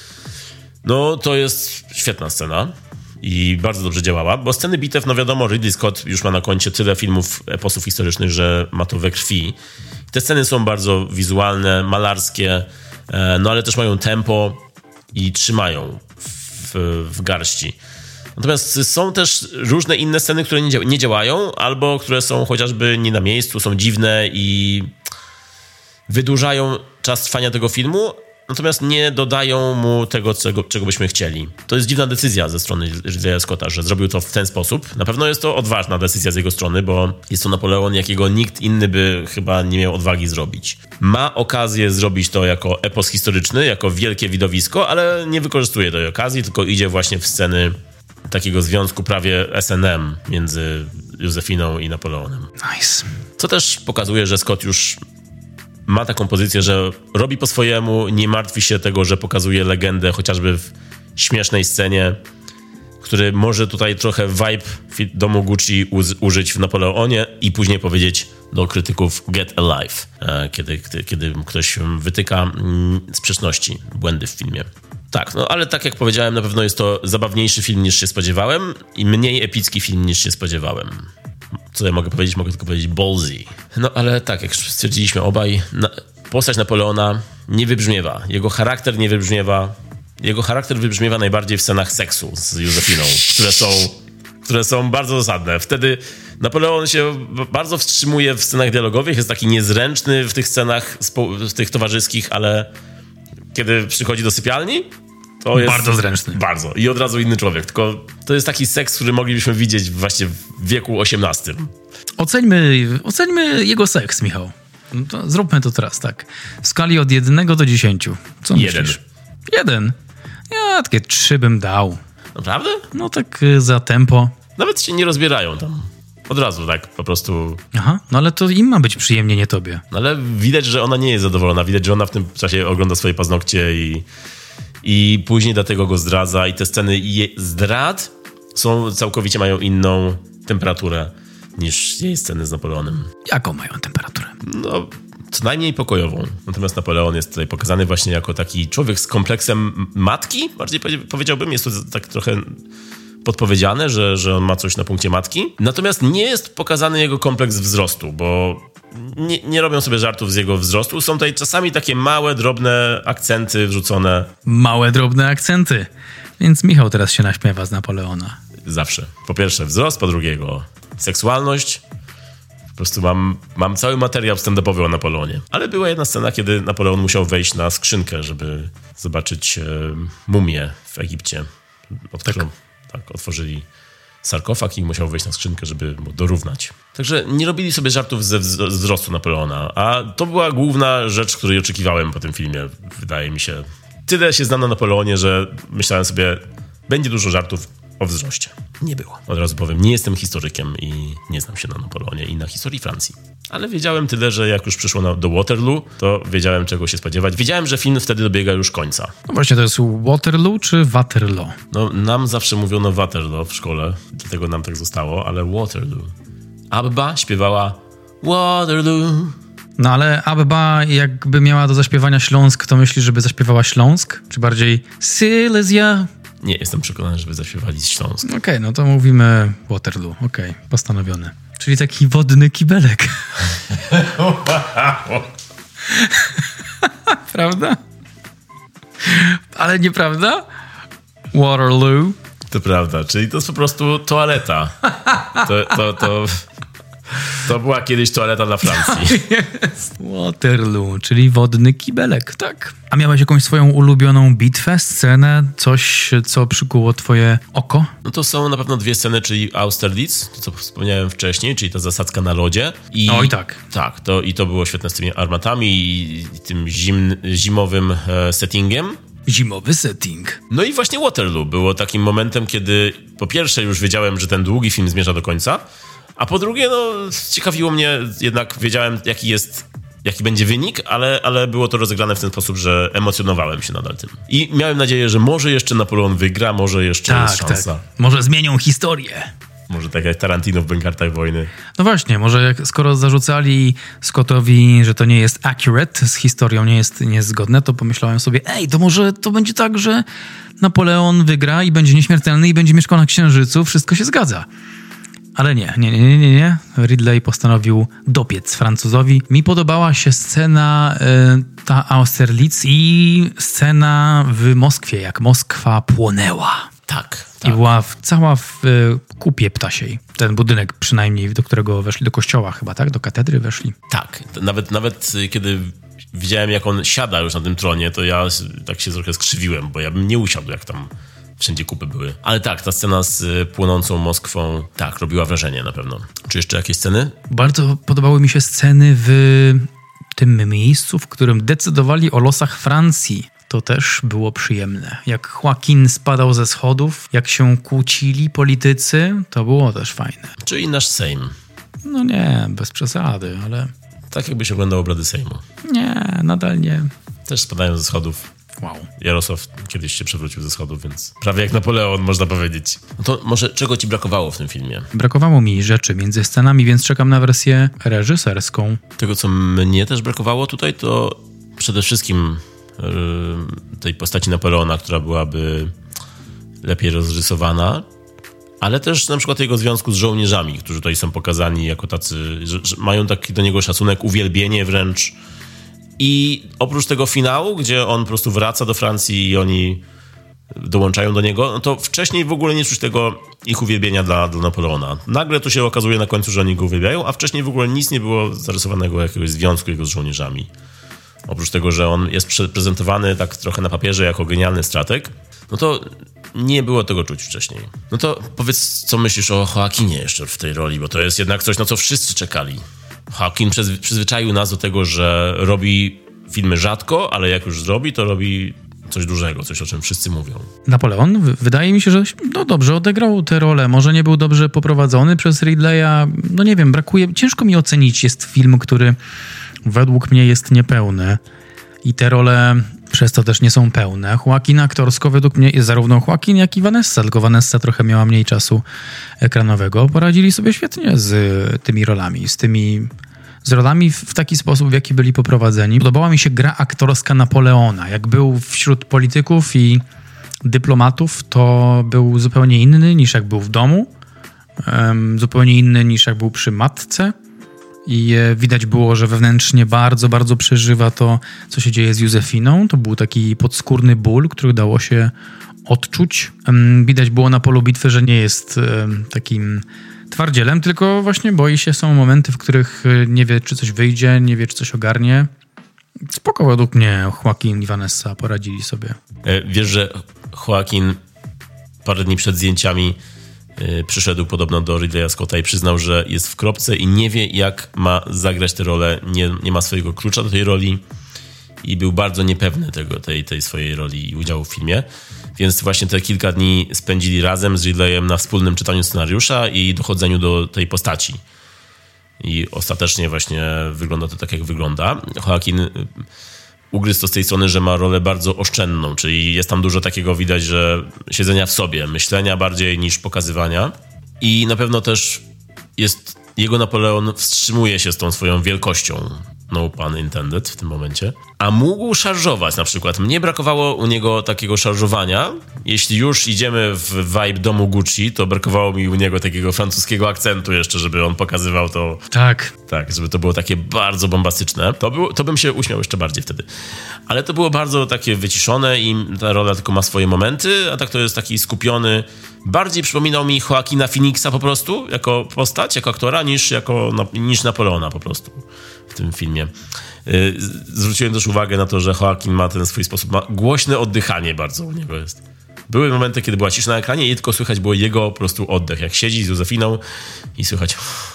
no to jest świetna scena i bardzo dobrze działała, bo sceny bitew, no wiadomo, Ridley Scott już ma na koncie tyle filmów, eposów historycznych, że ma to we krwi. Te sceny są bardzo wizualne, malarskie, no ale też mają tempo i trzymają w garści. Natomiast są też różne inne sceny, które nie działają, albo które są chociażby nie na miejscu, są dziwne i wydłużają czas trwania tego filmu, natomiast nie dodają mu tego, czego byśmy chcieli. To jest dziwna decyzja ze strony Ridleya Scotta, że zrobił to w ten sposób. Na pewno jest to odważna decyzja z jego strony, bo jest to Napoleon, jakiego nikt inny by chyba nie miał odwagi zrobić. Ma okazję zrobić to jako epos historyczny, jako wielkie widowisko, ale nie wykorzystuje tej okazji, tylko idzie właśnie w sceny takiego związku prawie S&M między Józefiną i Napoleonem. Nice. Co też pokazuje, że Scott już ma taką pozycję, że robi po swojemu, nie martwi się tego, że pokazuje legendę chociażby w śmiesznej scenie, który może tutaj trochę vibe domu Gucci użyć w Napoleonie i później powiedzieć do krytyków get alive, kiedy ktoś wytyka sprzeczności, błędy w filmie. Tak, no ale tak jak powiedziałem, na pewno jest to zabawniejszy film niż się spodziewałem i mniej epicki film niż się spodziewałem. Co ja mogę powiedzieć? Mogę tylko powiedzieć ballsy. No ale tak, jak stwierdziliśmy obaj, postać Napoleona nie wybrzmiewa. Jego charakter nie wybrzmiewa. Jego charakter wybrzmiewa najbardziej w scenach seksu z Józefiną, które są bardzo zasadne. Wtedy Napoleon się bardzo wstrzymuje w scenach dialogowych, jest taki niezręczny w tych scenach, w tych towarzyskich, ale kiedy przychodzi do sypialni, to jest bardzo zręczny. Bardzo. I od razu inny człowiek. Tylko to jest taki seks, który moglibyśmy widzieć właśnie w wieku XVIII. Oceńmy jego seks, Michał. No to zróbmy to teraz tak. W skali od 1 do 10. Co 1. myślisz? 1. Ja takie 3 bym dał. Naprawdę? No tak za tempo. Nawet się nie rozbierają tam. Od razu tak po prostu. Aha, no ale to im ma być przyjemnie, nie tobie. No ale widać, że ona nie jest zadowolona. Widać, że ona w tym czasie ogląda swoje paznokcie i później dlatego go zdradza. I te sceny zdrad całkowicie mają inną temperaturę niż jej sceny z Napoleonem. Jaką mają temperaturę? No, co najmniej pokojową. Natomiast Napoleon jest tutaj pokazany właśnie jako taki człowiek z kompleksem matki, bardziej powiedziałbym. Jest to tak trochę podpowiedziane, że on ma coś na punkcie matki. Natomiast nie jest pokazany jego kompleks wzrostu, bo nie robią sobie żartów z jego wzrostu. Są tutaj czasami takie małe, drobne akcenty wrzucone. Małe, drobne akcenty. Więc Michał teraz się naśmiewa z Napoleona. Zawsze. Po pierwsze wzrost, po drugie jego seksualność. Po prostu mam cały materiał stand-upowy o Napoleonie. Ale była jedna scena, kiedy Napoleon musiał wejść na skrzynkę, żeby zobaczyć mumię w Egipcie. Otworzyli sarkofag i musiał wejść na skrzynkę, żeby mu dorównać. Także nie robili sobie żartów ze wzrostu Napoleona, a to była główna rzecz, której oczekiwałem po tym filmie, wydaje mi się. Tyle się znam na Napoleonie, że myślałem sobie, będzie dużo żartów o wzroście. Nie było. Od razu powiem, nie jestem historykiem i nie znam się na Napoleonie i na historii Francji. Ale wiedziałem tyle, że jak już przyszło do Waterloo, to wiedziałem, czego się spodziewać. Wiedziałem, że film wtedy dobiega już końca. No właśnie, to jest Waterloo czy Waterloo? No, nam zawsze mówiono Waterloo w szkole, dlatego nam tak zostało, ale Waterloo. Abba śpiewała Waterloo. No ale Abba jakby miała do zaśpiewania Śląsk, to myślisz, żeby zaśpiewała Śląsk? Czy bardziej Silesia? Nie jestem przekonany, żeby zaśpiewali z Śląsk. Okej, no to mówimy Waterloo. Okej, postanowione. Czyli taki wodny kibelek. Prawda? Ale nieprawda? Waterloo. To prawda, czyli to jest po prostu toaleta. To była kiedyś toaleta dla Francji. Jest. Waterloo, czyli wodny kibelek, tak. A miałeś jakąś swoją ulubioną bitwę, scenę, coś, co przykuło twoje oko? No to są na pewno 2 sceny, czyli Austerlitz, to co wspomniałem wcześniej, czyli ta zasadzka na lodzie. No i tak. Tak, to było świetne z tymi armatami i tym zimowym settingiem. Zimowy setting. No i właśnie Waterloo było takim momentem, kiedy po pierwsze już wiedziałem, że ten długi film zmierza do końca, a po drugie, no, ciekawiło mnie, jednak wiedziałem, jaki będzie wynik, ale było to rozegrane w ten sposób, że emocjonowałem się nadal tym. I miałem nadzieję, że może jeszcze Napoleon wygra, może jeszcze jest szansa. Tak. Może zmienią historię. Może tak jak Tarantino w Bękartach Wojny. No właśnie, może skoro zarzucali Scottowi, że to nie jest accurate, z historią nie jest niezgodne, to pomyślałem sobie, to może to będzie tak, że Napoleon wygra i będzie nieśmiertelny i będzie mieszkał na Księżycu, wszystko się zgadza. Ale nie. Ridley postanowił dopiec Francuzowi. Mi podobała się scena ta Austerlitz i scena w Moskwie, jak Moskwa płonęła. Tak. I była cała w kupie ptasiej. Ten budynek przynajmniej, do którego weszli, do kościoła chyba, tak? Do katedry weszli. Tak. Nawet kiedy widziałem, jak on siada już na tym tronie, to ja tak się trochę skrzywiłem, bo ja bym nie usiadł, jak tam wszędzie kupy były. Ale tak, ta scena z płonącą Moskwą, tak, robiła wrażenie na pewno. Czy jeszcze jakieś sceny? Bardzo podobały mi się sceny w tym miejscu, w którym decydowali o losach Francji. To też było przyjemne. Jak Joaquin spadał ze schodów, jak się kłócili politycy, to było też fajne. Czyli nasz Sejm. No nie, bez przesady, ale... Tak jakbyś oglądał obrady Sejmu. Nie, nadal nie. Też spadają ze schodów. Wow. Jarosław kiedyś się przewrócił ze schodów, więc prawie jak Napoleon, można powiedzieć. No to może czego ci brakowało w tym filmie? Brakowało mi rzeczy między scenami, więc czekam na wersję reżyserską. Tego, co mnie też brakowało tutaj, to przede wszystkim tej postaci Napoleona, która byłaby lepiej rozrysowana, ale też na przykład jego związku z żołnierzami, którzy tutaj są pokazani jako tacy, że mają taki do niego szacunek, uwielbienie wręcz. I oprócz tego finału, gdzie on po prostu wraca do Francji i oni dołączają do niego, no to wcześniej w ogóle nie czuć tego ich uwielbienia dla Napoleona. Nagle to się okazuje na końcu, że oni go uwielbiają, a wcześniej w ogóle nic nie było zarysowanego jakiegoś związku jego z żołnierzami. Oprócz tego, że on jest prezentowany tak trochę na papierze jako genialny strateg, no to nie było tego czuć wcześniej. No to powiedz, co myślisz o Joaquinie jeszcze w tej roli, bo to jest jednak coś, na co wszyscy czekali. Joaquin przyzwyczaił nas do tego, że robi filmy rzadko, ale jak już zrobi, to robi coś dużego, coś o czym wszyscy mówią. Napoleon, wydaje mi się, że dobrze odegrał tę rolę. Może nie był dobrze poprowadzony przez Ridleya. No nie wiem, ciężko mi ocenić. Jest film, który według mnie jest niepełny i te role przez to też nie są pełne. Joaquin aktorsko według mnie jest zarówno Joaquin, jak i Vanessa, tylko Vanessa trochę miała mniej czasu ekranowego. Poradzili sobie świetnie z tymi rolami, z rolami w taki sposób, w jaki byli poprowadzeni. Podobała mi się gra aktorska Napoleona. Jak był wśród polityków i dyplomatów, to był zupełnie inny niż jak był w domu, zupełnie inny niż jak był przy matce i widać było, że wewnętrznie bardzo, bardzo przeżywa to, co się dzieje z Józefiną. To był taki podskórny ból, który dało się odczuć. Widać było na polu bitwy, że nie jest takim twardzielem, tylko właśnie boi się. Są momenty, w których nie wie, czy coś wyjdzie, nie wie, czy coś ogarnie. Spoko według mnie Joaquin i Vanessa poradzili sobie. Wiesz, że Joaquin parę dni przed zdjęciami przyszedł podobno do Ridleya Scotta i przyznał, że jest w kropce i nie wie, jak ma zagrać tę rolę. Nie ma swojego klucza do tej roli i był bardzo niepewny tej swojej roli i udziału w filmie. Więc właśnie te kilka dni spędzili razem z Ridleyem na wspólnym czytaniu scenariusza i dochodzeniu do tej postaci. I ostatecznie właśnie wygląda to tak, jak wygląda. Joaquin ugryzł to z tej strony, że ma rolę bardzo oszczędną, czyli jest tam dużo takiego, widać, że siedzenia w sobie, myślenia bardziej niż pokazywania. I na pewno też jego Napoleon wstrzymuje się z tą swoją wielkością, no pun intended w tym momencie, a mógł szarżować na przykład. Mnie brakowało u niego takiego szarżowania. Jeśli już idziemy w vibe domu Gucci, to brakowało mi u niego takiego francuskiego akcentu jeszcze, żeby on pokazywał to. Tak, żeby to było takie bardzo bombastyczne. To bym się uśmiał jeszcze bardziej wtedy. Ale to było bardzo takie wyciszone i ta rola tylko ma swoje momenty, a tak to jest taki skupiony. Bardziej przypominał mi Joaquina Phoenixa po prostu, jako postać, jako aktora, niż Napoleona po prostu w tym filmie. Zwróciłem też uwagę na to, że Joaquin ma ten swój sposób, ma głośne oddychanie bardzo u niego jest. Były momenty, kiedy była cisza na ekranie i tylko słychać było jego po prostu oddech, jak siedzi z Józefiną i słychać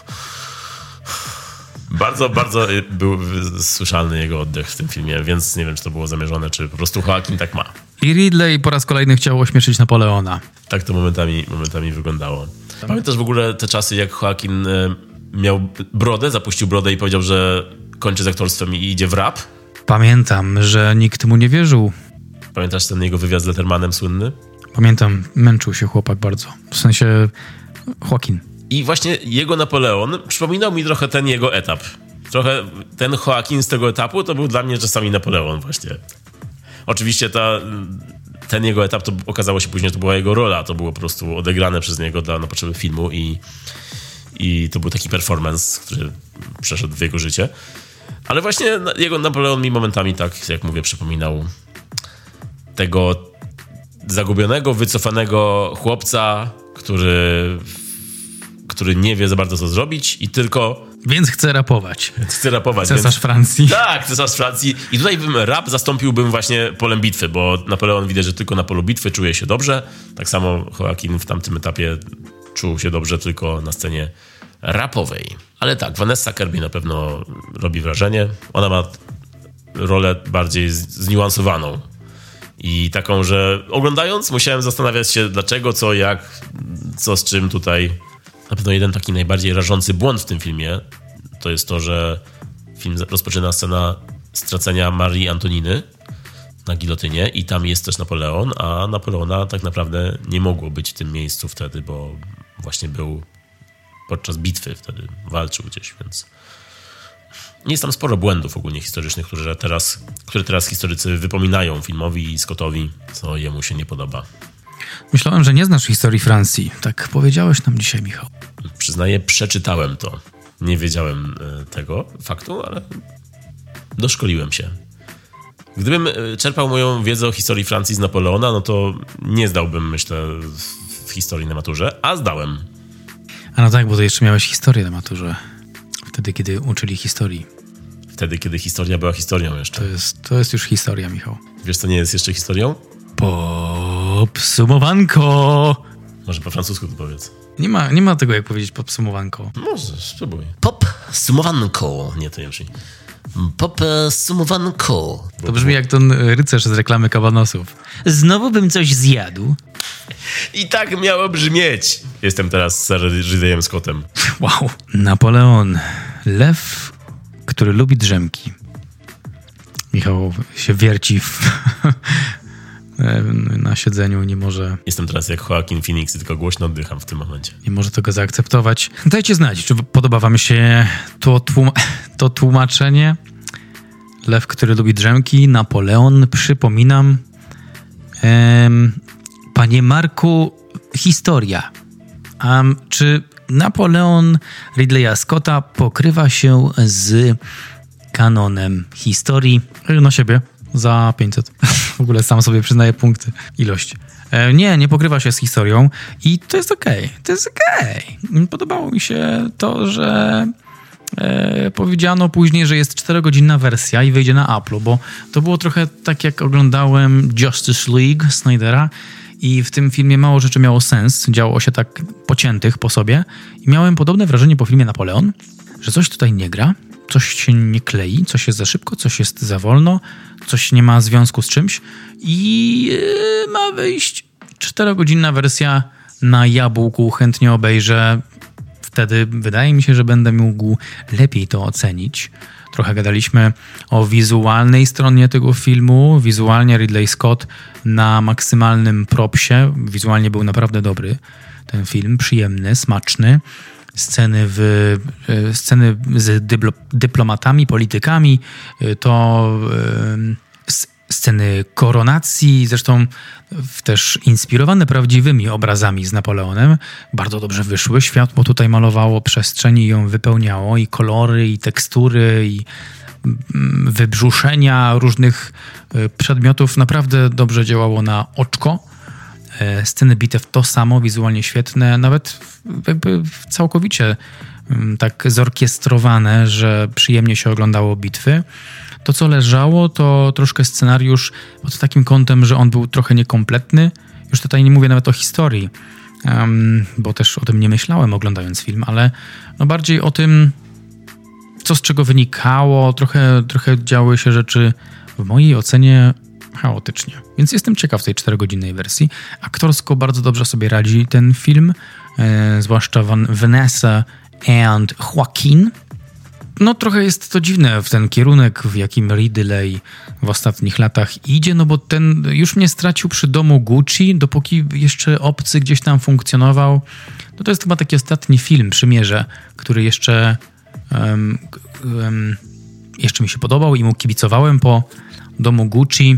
bardzo, bardzo był słyszalny jego oddech w tym filmie, więc nie wiem, czy to było zamierzone, czy po prostu Joaquin tak ma. I Ridley po raz kolejny chciał ośmieszyć Napoleona. Tak to momentami wyglądało. Pamiętasz w ogóle te czasy, jak Joaquin miał brodę, zapuścił brodę i powiedział, że kończy z aktorstwem i idzie w rap? Pamiętam, że nikt mu nie wierzył. Pamiętasz ten jego wywiad z Lettermanem słynny? Pamiętam, męczył się chłopak bardzo. W sensie Joaquin. I właśnie jego Napoleon przypominał mi trochę ten jego etap. Trochę ten Joaquin z tego etapu to był dla mnie czasami Napoleon właśnie. Oczywiście ten jego etap to okazało się później, że to była jego rola. To było po prostu odegrane przez niego na potrzeby filmu i to był taki performance, który przeszedł w jego życie. Ale właśnie jego Napoleon mi momentami, tak jak mówię, przypominał tego zagubionego, wycofanego chłopca, który nie wie za bardzo, co zrobić i tylko... Więc chce rapować. Cesarz Francji. Tak, cesarz Francji. I tutaj rap zastąpiłbym właśnie polem bitwy, bo Napoleon widać, że tylko na polu bitwy czuje się dobrze. Tak samo Joaquin w tamtym etapie czuł się dobrze tylko na scenie rapowej. Ale tak, Vanessa Kirby na pewno robi wrażenie. Ona ma rolę bardziej zniuansowaną. I taką, że oglądając musiałem zastanawiać się dlaczego, co, jak, co z czym tutaj. Na pewno jeden taki najbardziej rażący błąd w tym filmie to jest to, że film rozpoczyna scena stracenia Marii Antoniny na gilotynie i tam jest też Napoleon, a Napoleona tak naprawdę nie mogło być w tym miejscu wtedy, bo właśnie był podczas bitwy wtedy, walczył gdzieś, więc jest tam sporo błędów ogólnie historycznych, które teraz historycy wypominają filmowi i Scottowi, co jemu się nie podoba. Myślałem, że nie znasz historii Francji. Tak powiedziałeś nam dzisiaj, Michał. Przyznaję, przeczytałem to. Nie wiedziałem tego faktu, ale doszkoliłem się. Gdybym czerpał moją wiedzę o historii Francji z Napoleona, no to nie zdałbym, myślę, w historii na maturze, a zdałem. A no tak, bo to jeszcze miałeś historię na maturze. Wtedy, kiedy uczyli historii. Wtedy, kiedy historia była historią jeszcze. To jest już historia, Michał. Wiesz, co nie jest jeszcze historią? Popsumowanko! Może po francusku to powiedz. Nie ma tego, jak powiedzieć popsumowanko. Może, spróbuj. Pop sumowanko. Nie, to nie brzmi. Sumowanko. To brzmi jak ten rycerz z reklamy kabanosów. Znowu bym coś zjadł. I tak miało brzmieć. Jestem teraz Ridleyem Scottem. Wow. Napoleon. Lew, który lubi drzemki. Michał się wierci na siedzeniu, nie może... Jestem teraz jak Joaquin Phoenix, tylko głośno oddycham w tym momencie. Nie może tego zaakceptować. Dajcie znać, czy podoba wam się to tłumaczenie. Lew, który lubi drzemki. Napoleon, przypominam. Panie Marku, historia. Czy Napoleon Ridleya Scotta pokrywa się z kanonem historii? Na siebie. Za 500. W ogóle sam sobie przyznaję punkty. Ilość. Nie pokrywa się z historią i to jest okej. To jest okej. Podobało mi się to, że powiedziano później, że jest 4-godzinna wersja i wyjdzie na Apple'u, bo to było trochę tak, jak oglądałem Justice League Snydera i w tym filmie mało rzeczy miało sens. Działo się tak pociętych po sobie i miałem podobne wrażenie po filmie Napoleon, że coś tutaj nie gra, coś się nie klei, coś jest za szybko, coś jest za wolno, coś nie ma związku z czymś i ma wyjść 4-godzinna wersja na jabłku. Chętnie obejrzę. Wtedy wydaje mi się, że będę mógł lepiej to ocenić. Trochę gadaliśmy o wizualnej stronie tego filmu. Wizualnie Ridley Scott na maksymalnym propsie. Wizualnie był naprawdę dobry ten film, przyjemny, smaczny. Sceny z dyplomatami, politykami, to sceny koronacji, zresztą też inspirowane prawdziwymi obrazami z Napoleonem. Bardzo dobrze wyszły. Światło tutaj malowało przestrzeń i ją wypełniało. I kolory, i tekstury, i wybrzuszenia różnych przedmiotów naprawdę dobrze działało na oczko. Sceny bitew to samo, wizualnie świetne, nawet jakby całkowicie tak zorkiestrowane, że przyjemnie się oglądało bitwy. To, co leżało, to troszkę scenariusz pod takim kątem, że on był trochę niekompletny. Już tutaj nie mówię nawet o historii, bo też o tym nie myślałem oglądając film, ale no bardziej o tym, co z czego wynikało. Trochę działy się rzeczy w mojej ocenie chaotycznie. Więc jestem ciekaw tej 4-godzinnej wersji. Aktorsko bardzo dobrze sobie radzi ten film, zwłaszcza Vanessa and Joaquin. No trochę jest to dziwne w ten kierunek, w jakim Ridley w ostatnich latach idzie, no bo ten już mnie stracił przy Domu Gucci, dopóki jeszcze Obcy gdzieś tam funkcjonował. No to jest chyba taki ostatni film, Przymierze, który jeszcze mi się podobał i mu kibicowałem po Domu Gucci.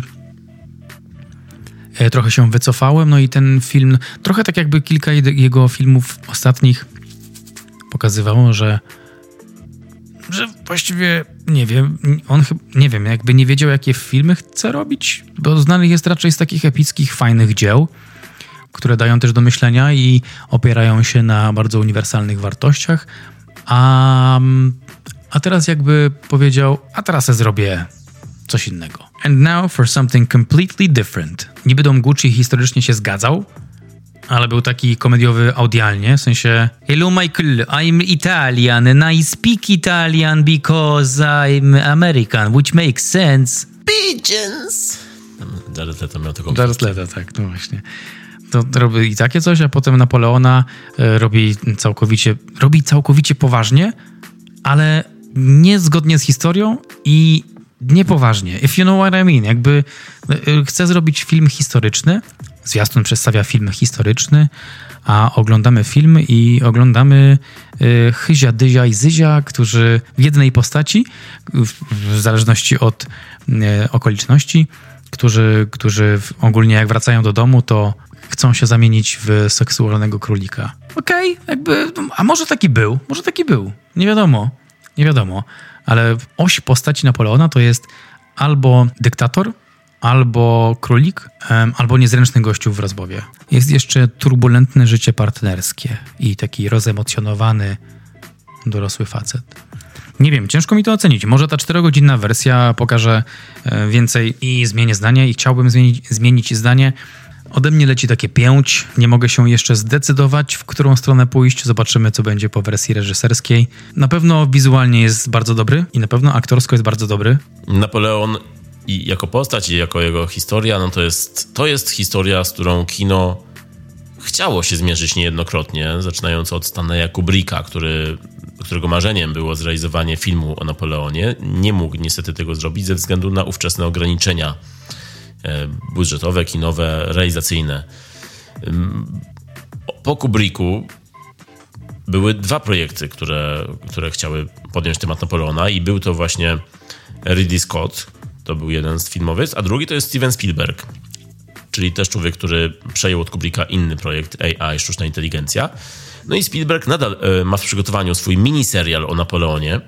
Trochę się wycofałem, no i ten film, trochę tak jakby kilka jego filmów ostatnich pokazywało, że właściwie nie wiem, jakby nie wiedział, jakie filmy chce robić, bo znany jest raczej z takich epickich, fajnych dzieł, które dają też do myślenia i opierają się na bardzo uniwersalnych wartościach, a teraz jakby powiedział, a teraz ja zrobię coś innego. And now for something completely different. Niby Dom Gucci historycznie się zgadzał, ale był taki komediowy audialnie, w sensie Hello Michael, I'm Italian and I speak Italian because I'm American, which makes sense. Pigeons! Jared Leto miał taką... Jared Leto, tak, no właśnie. To robi i takie coś, a potem Napoleona robi całkowicie poważnie, ale niezgodnie z historią i niepoważnie. If you know what I mean. Jakby chce zrobić film historyczny, zwiastun przedstawia film historyczny, a oglądamy film i oglądamy Chyzia, Dyzia i Zyzia, którzy w jednej postaci, w zależności od okoliczności, którzy ogólnie jak wracają do domu, to chcą się zamienić w seksualnego królika. Okej, jakby, a może taki był, nie wiadomo, ale oś postaci Napoleona to jest albo dyktator, albo królik, albo niezręczny gościu w rozmowie. Jest jeszcze turbulentne życie partnerskie i taki rozemocjonowany dorosły facet. Nie wiem, ciężko mi to ocenić. Może ta 4-godzinna wersja pokaże więcej i zmienię zdanie i chciałbym zmienić zdanie. Ode mnie leci takie 5. Nie mogę się jeszcze zdecydować, w którą stronę pójść. Zobaczymy, co będzie po wersji reżyserskiej. Na pewno wizualnie jest bardzo dobry i na pewno aktorsko jest bardzo dobry. Napoleon i jako postać, i jako jego historia, no to jest historia, z którą kino chciało się zmierzyć niejednokrotnie, zaczynając od Stanleya Kubricka, którego marzeniem było zrealizowanie filmu o Napoleonie. Nie mógł niestety tego zrobić ze względu na ówczesne ograniczenia budżetowe, kinowe, realizacyjne. Po Kubricku były 2 projekty, które chciały podjąć temat Napoleona i był to właśnie Ridley Scott, to był jeden z filmowiec, a drugi to jest Steven Spielberg, czyli też człowiek, który przejął od Kubricka inny projekt AI, sztuczna inteligencja. No i Spielberg nadal ma w przygotowaniu swój miniserial o Napoleonie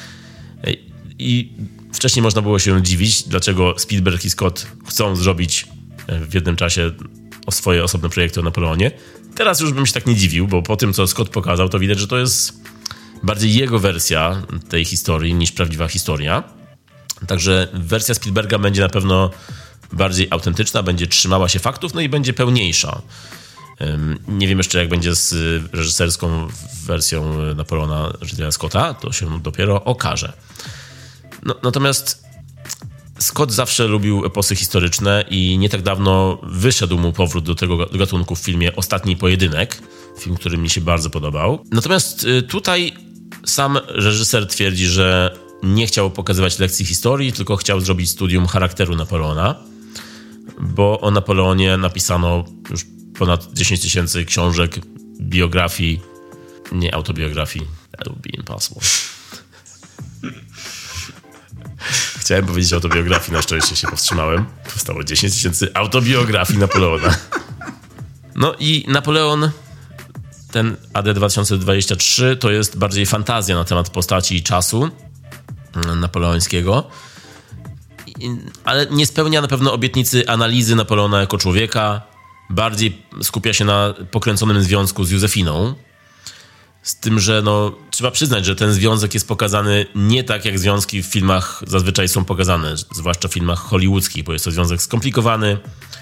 i wcześniej można było się dziwić, dlaczego Spielberg i Scott chcą zrobić w jednym czasie swoje osobne projekty o Napoleonie. Teraz już bym się tak nie dziwił, bo po tym, co Scott pokazał, to widać, że to jest bardziej jego wersja tej historii niż prawdziwa historia. Także wersja Spielberga będzie na pewno bardziej autentyczna, będzie trzymała się faktów, no i będzie pełniejsza. Nie wiem jeszcze, jak będzie z reżyserską wersją Napoleona Ridleya Scotta, to się dopiero okaże. No, natomiast Scott zawsze lubił eposy historyczne i nie tak dawno wyszedł mu powrót do tego gatunku w filmie Ostatni Pojedynek, film, który mi się bardzo podobał. Natomiast tutaj sam reżyser twierdzi, że nie chciał pokazywać lekcji historii, tylko chciał zrobić studium charakteru Napoleona, bo o Napoleonie napisano już ponad 10 000 książek, biografii, nie autobiografii. That would be impossible. Chciałem powiedzieć autobiografii, na szczęście się powstrzymałem. Powstało 10 000 autobiografii Napoleona. No i Napoleon, ten AD 2023, to jest bardziej fantazja na temat postaci i czasu napoleońskiego, ale nie spełnia na pewno obietnicy analizy Napoleona jako człowieka. Bardziej skupia się na pokręconym związku z Józefiną. Z tym, że trzeba przyznać, że ten związek jest pokazany nie tak, jak związki w filmach zazwyczaj są pokazane, zwłaszcza w filmach hollywoodzkich, bo jest to związek skomplikowany,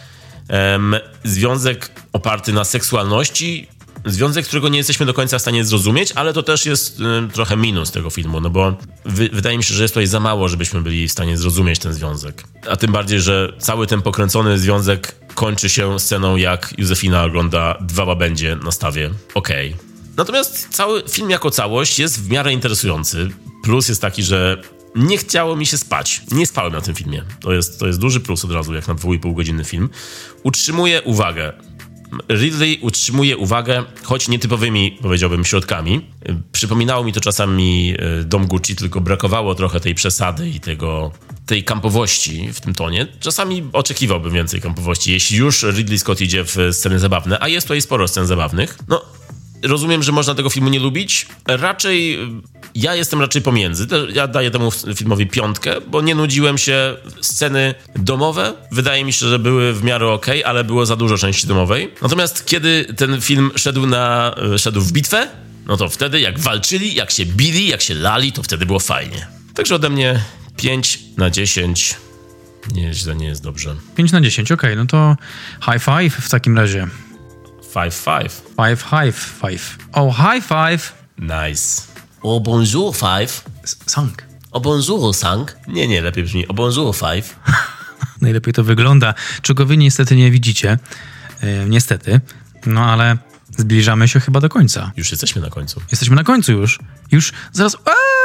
związek oparty na seksualności, związek, którego nie jesteśmy do końca w stanie zrozumieć, ale to też jest trochę minus tego filmu, no bo wydaje mi się, że jest tutaj za mało, żebyśmy byli w stanie zrozumieć ten związek. A tym bardziej, że cały ten pokręcony związek kończy się sceną, jak Józefina ogląda 2 łabędzie na stawie. Okej. Natomiast cały film jako całość jest w miarę interesujący. Plus jest taki, że nie chciało mi się spać. Nie spałem na tym filmie. To jest duży plus od razu, jak na 2,5-godzinny film. Utrzymuje uwagę. Ridley utrzymuje uwagę, choć nietypowymi, powiedziałbym, środkami. Przypominało mi to czasami Dom Gucci, tylko brakowało trochę tej przesady i tej kampowości w tym tonie. Czasami oczekiwałbym więcej kampowości, jeśli już Ridley Scott idzie w sceny zabawne, a jest tutaj sporo scen zabawnych. Rozumiem, że można tego filmu nie lubić. Ja jestem raczej pomiędzy. Ja daję temu filmowi 5, bo nie nudziłem się. Sceny domowe wydaje mi się, że były w miarę okej, ale było za dużo części domowej. Natomiast kiedy ten film szedł w bitwę, no to wtedy jak walczyli, jak się bili, jak się lali, to wtedy było fajnie. Także ode mnie 5/10. Źle nie jest dobrze. 5/10, okej, no to high five w takim razie. 5/5. Five. Oh, high five. Nice. O bonjour, 5. Sang. O bonjour, sang. Nie, lepiej brzmi o bonjour, 5. Najlepiej to wygląda, czego wy niestety nie widzicie. Niestety. No ale zbliżamy się chyba do końca. Już jesteśmy na końcu. Jesteśmy na końcu już. Już zaraz...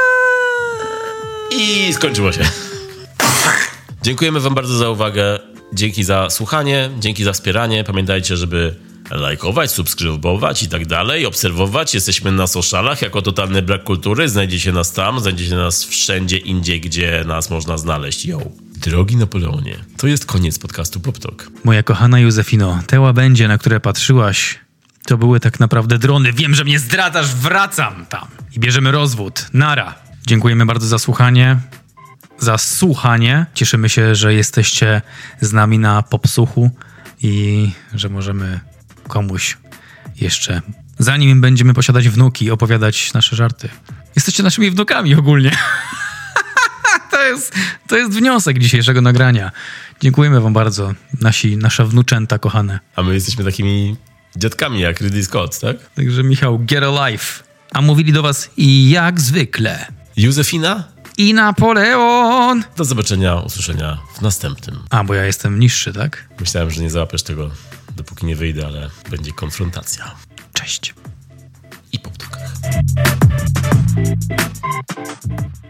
I skończyło się. Dziękujemy wam bardzo za uwagę. Dzięki za słuchanie, dzięki za wspieranie. Pamiętajcie, żeby lajkować, subskrybować i tak dalej, obserwować. Jesteśmy na socialach jako Totalny Brak Kultury. Znajdziecie nas tam, znajdziecie nas wszędzie indziej, gdzie nas można znaleźć. Yo. Drogi Napoleonie, to jest koniec podcastu Pop Talk. Moja kochana Józefino, te łabędzie, na które patrzyłaś, to były tak naprawdę drony. Wiem, że mnie zdradzasz, wracam tam i bierzemy rozwód. Nara. Dziękujemy bardzo za słuchanie. Cieszymy się, że jesteście z nami na Popsuchu i że możemy komuś jeszcze, zanim będziemy posiadać wnuki, opowiadać nasze żarty. Jesteście naszymi wnukami ogólnie. To To jest wniosek dzisiejszego nagrania. Dziękujemy wam bardzo, nasze wnuczęta kochane. A my jesteśmy takimi dziadkami jak Ridley Scott, tak? Także Michał, get a life. A mówili do was jak zwykle Józefina i Napoleon. Do zobaczenia, usłyszenia w następnym. A, bo ja jestem niższy, tak? Myślałem, że nie załapiesz tego, dopóki nie wyjdę, ale będzie konfrontacja. Cześć. I po ptukach.